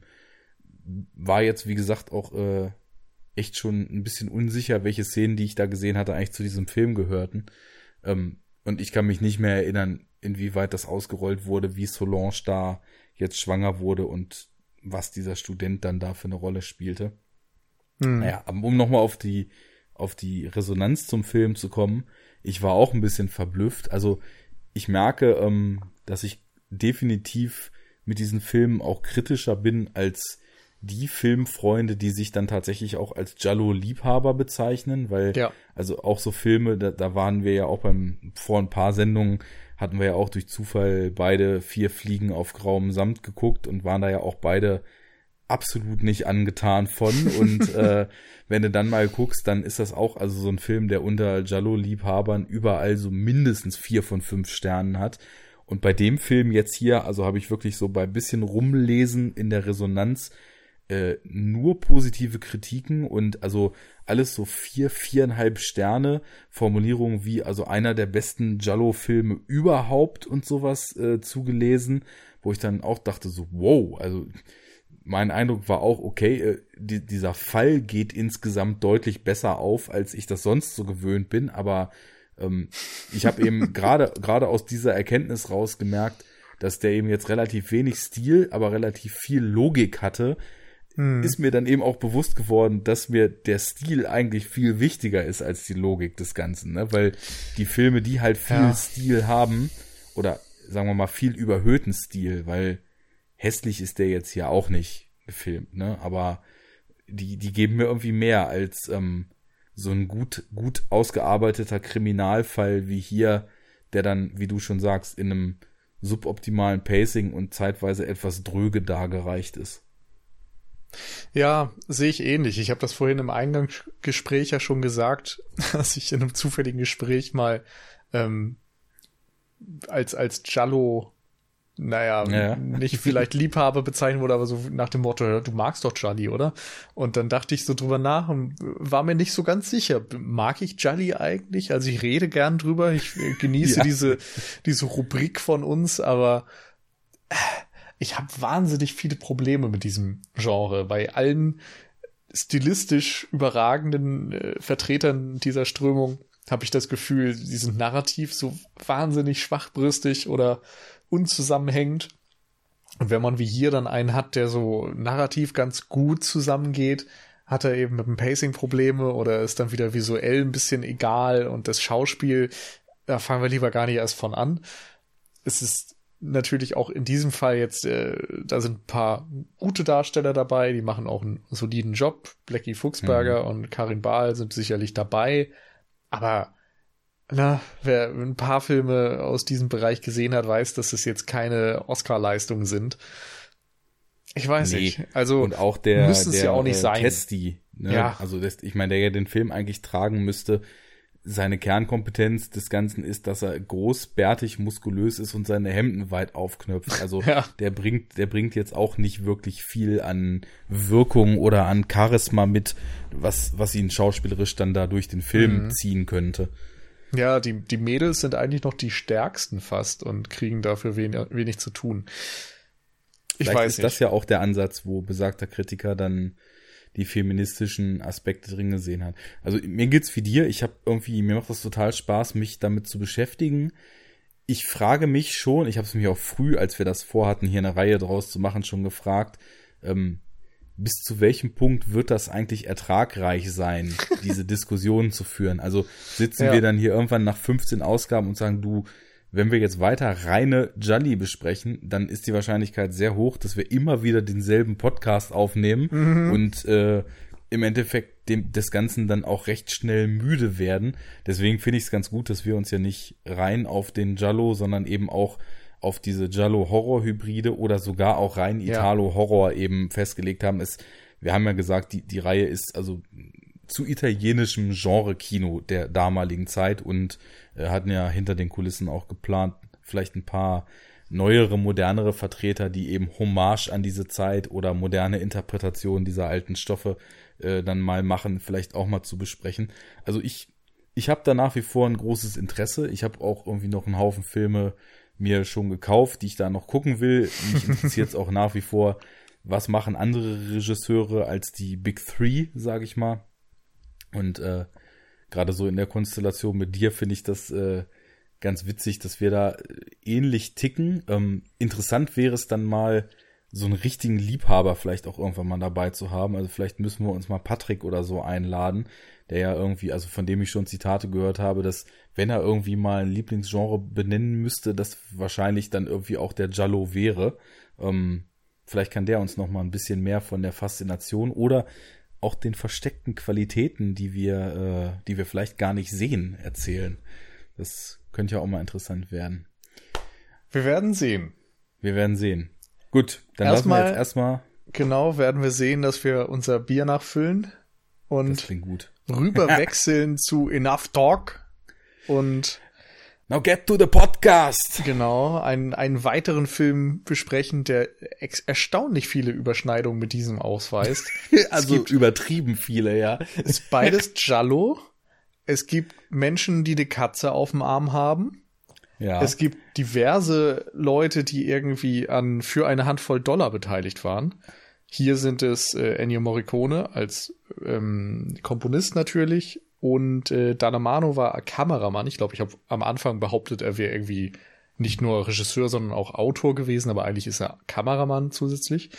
war jetzt, wie gesagt, auch äh, echt schon ein bisschen unsicher, welche Szenen, die ich da gesehen hatte, eigentlich zu diesem Film gehörten. Ähm, und ich kann mich nicht mehr erinnern, inwieweit das ausgerollt wurde, wie Solange da jetzt schwanger wurde und was dieser Student dann da für eine Rolle spielte. Hm. Naja, um nochmal auf die, auf die Resonanz zum Film zu kommen, ich war auch ein bisschen verblüfft. Also ich merke, ähm, dass ich definitiv mit diesen Filmen auch kritischer bin als die Filmfreunde, die sich dann tatsächlich auch als Giallo-Liebhaber bezeichnen, weil ja. also auch so Filme, da, da waren wir ja auch beim, vor ein paar Sendungen hatten wir ja auch durch Zufall beide Vier Fliegen auf grauem Samt geguckt und waren da ja auch beide absolut nicht angetan von und äh, wenn du dann mal guckst, dann ist das auch also so ein Film, der unter Giallo-Liebhabern überall so mindestens vier von fünf Sternen hat. Und bei dem Film jetzt hier, also habe ich wirklich so bei ein bisschen rumlesen in der Resonanz äh, nur positive Kritiken und also alles so vier, viereinhalb Sterne, Formulierungen wie also einer der besten Giallo-Filme überhaupt und sowas äh, zugelesen, wo ich dann auch dachte so, wow, also mein Eindruck war auch, okay, äh, die, dieser Fall geht insgesamt deutlich besser auf, als ich das sonst so gewöhnt bin, aber ähm, ich habe eben gerade gerade aus dieser Erkenntnis raus gemerkt, dass der eben jetzt relativ wenig Stil, aber relativ viel Logik hatte, hm. ist mir dann eben auch bewusst geworden, dass mir der Stil eigentlich viel wichtiger ist als die Logik des Ganzen, ne? Weil die Filme, die halt viel ja. Stil haben, oder sagen wir mal viel überhöhten Stil, weil hässlich ist der jetzt hier auch nicht gefilmt, ne? Aber die, die geben mir irgendwie mehr als ähm, so ein gut, gut ausgearbeiteter Kriminalfall wie hier, der dann, wie du schon sagst, in einem suboptimalen Pacing und zeitweise etwas dröge dargereicht ist. Ja, sehe ich ähnlich. Ich habe das vorhin im Eingangsgespräch ja schon gesagt, dass ich in einem zufälligen Gespräch mal ähm, als als Giallo naja, ja. nicht vielleicht Liebhaber bezeichnen wurde, aber so nach dem Motto, du magst doch Gialli, oder? Und dann dachte ich so drüber nach und war mir nicht so ganz sicher. Mag ich Gialli eigentlich? Also ich rede gern drüber, ich genieße ja. diese diese Rubrik von uns, aber ich habe wahnsinnig viele Probleme mit diesem Genre. Bei allen stilistisch überragenden äh, Vertretern dieser Strömung habe ich das Gefühl, die sind narrativ so wahnsinnig schwachbrüstig oder unzusammenhängend. Und wenn man wie hier dann einen hat, der so narrativ ganz gut zusammengeht, hat er eben mit dem Pacing Probleme oder ist dann wieder visuell ein bisschen egal und das Schauspiel, da fangen wir lieber gar nicht erst von an. Es ist natürlich auch in diesem Fall jetzt, äh, da sind ein paar gute Darsteller dabei, die machen auch einen soliden Job. Blackie Fuchsberger mhm. und Karin Bahl sind sicherlich dabei, aber na, wer ein paar Filme aus diesem Bereich gesehen hat, weiß, dass es jetzt keine Oscar-Leistungen sind. Ich weiß nee. nicht. Also und auch der, müsste es der, ja auch nicht äh, sein. Testi, ne? Ja. Also das, ich meine, der ja den Film eigentlich tragen müsste. Seine Kernkompetenz des Ganzen ist, dass er groß, bärtig, muskulös ist und seine Hemden weit aufknöpft. Also ja. der bringt, der bringt jetzt auch nicht wirklich viel an Wirkung oder an Charisma mit, was, was ihn schauspielerisch dann da durch den Film mhm. ziehen könnte. Ja, die, die Mädels sind eigentlich noch die stärksten fast und kriegen dafür wenig, wenig zu tun. Ich Vielleicht weiß ist nicht. Das ja auch der Ansatz, wo besagter Kritiker dann die feministischen Aspekte drin gesehen hat. Also mir geht's wie dir, ich habe irgendwie, mir macht das total Spaß, mich damit zu beschäftigen. Ich frage mich schon, ich habe es mich auch früh, als wir das vorhatten, hier eine Reihe draus zu machen, schon gefragt, ähm, bis zu welchem Punkt wird das eigentlich ertragreich sein, diese Diskussionen zu führen? Also sitzen ja. wir dann hier irgendwann nach fünfzehn Ausgaben und sagen, du, wenn wir jetzt weiter reine Gialli besprechen, dann ist die Wahrscheinlichkeit sehr hoch, dass wir immer wieder denselben Podcast aufnehmen mhm. und äh, im Endeffekt dem, des Ganzen dann auch recht schnell müde werden. Deswegen finde ich es ganz gut, dass wir uns ja nicht rein auf den Giallo, sondern eben auch auf diese Giallo-Horror-Hybride oder sogar auch rein Italo-Horror eben festgelegt haben. Es, wir haben ja gesagt, die, die Reihe ist also zu italienischem Genre-Kino der damaligen Zeit und äh, hatten ja hinter den Kulissen auch geplant, vielleicht ein paar neuere, modernere Vertreter, die eben Hommage an diese Zeit oder moderne Interpretationen dieser alten Stoffe äh, dann mal machen, vielleicht auch mal zu besprechen. Also ich ich habe da nach wie vor ein großes Interesse. Ich habe auch irgendwie noch einen Haufen Filme mir schon gekauft, die ich da noch gucken will. Mich interessiert es auch nach wie vor, was machen andere Regisseure als die Big Three, sage ich mal. Und äh, gerade so in der Konstellation mit dir finde ich das äh, ganz witzig, dass wir da ähnlich ticken. Ähm, interessant wäre es dann mal, so einen richtigen Liebhaber vielleicht auch irgendwann mal dabei zu haben. Also vielleicht müssen wir uns mal Patrick oder so einladen, der ja irgendwie, also von dem ich schon Zitate gehört habe, dass wenn er irgendwie mal ein Lieblingsgenre benennen müsste, das wahrscheinlich dann irgendwie auch der Giallo wäre. Ähm, vielleicht kann der uns noch mal ein bisschen mehr von der Faszination oder auch den versteckten Qualitäten, die wir, äh, die wir vielleicht gar nicht sehen, erzählen. Das könnte ja auch mal interessant werden. Wir werden sehen. Wir werden sehen. Gut, dann erstmal, lassen wir jetzt erstmal. Genau, werden wir sehen, dass wir unser Bier nachfüllen und das klingt gut. rüber wechseln zu Enough Talk und Now get to the podcast. Genau, einen, einen weiteren Film besprechen, der ex- erstaunlich viele Überschneidungen mit diesem ausweist. Also gibt, übertrieben viele, ja. Es ist beides Giallo. Es gibt Menschen, die eine Katze auf dem Arm haben. Ja. Es gibt diverse Leute, die irgendwie an für eine Handvoll Dollar beteiligt waren. Hier sind es äh, Ennio Morricone als ähm, Komponist natürlich und äh, D'Annunzio war Kameramann. Ich glaube, ich habe am Anfang behauptet, er wäre irgendwie nicht nur Regisseur, sondern auch Autor gewesen, aber eigentlich ist er Kameramann zusätzlich.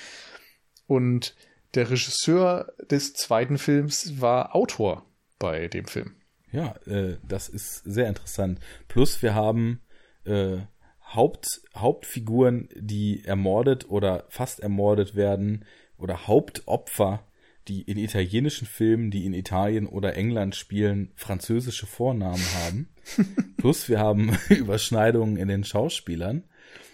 Und der Regisseur des zweiten Films war Autor bei dem Film. Ja, äh, das ist sehr interessant. Plus wir haben äh, Haupt, Hauptfiguren, die ermordet oder fast ermordet werden oder Hauptopfer, die in italienischen Filmen, die in Italien oder England spielen, französische Vornamen haben. Plus wir haben Überschneidungen in den Schauspielern.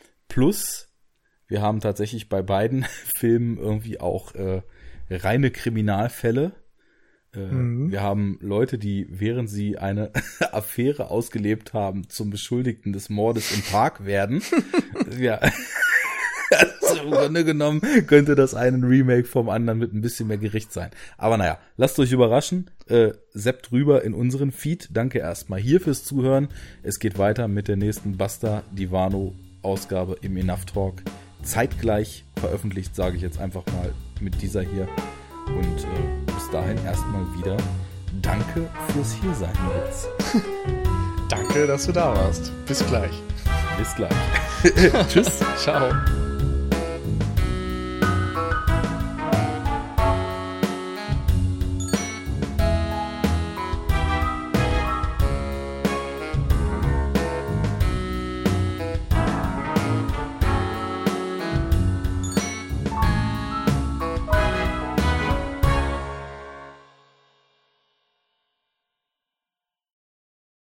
Plus wir haben tatsächlich bei beiden Filmen irgendwie auch äh, reine Kriminalfälle. Äh, mhm. Wir haben Leute, die, während sie eine Affäre ausgelebt haben, zum Beschuldigten des Mordes im Park werden. Ja. Also im Grunde genommen könnte das ein Remake vom anderen mit ein bisschen mehr Gericht sein. Aber naja, lasst euch überraschen. Äh, seppt rüber in unseren Feed. Danke erstmal hier fürs Zuhören. Es geht weiter mit der nächsten Basta Divano Ausgabe im Enough Talk. Zeitgleich veröffentlicht, sage ich jetzt einfach mal, mit dieser hier. Und äh, bis dahin erstmal wieder danke fürs Hiersein, Moritz. Danke, dass du da warst. Bis gleich. Bis gleich. Tschüss. Ciao.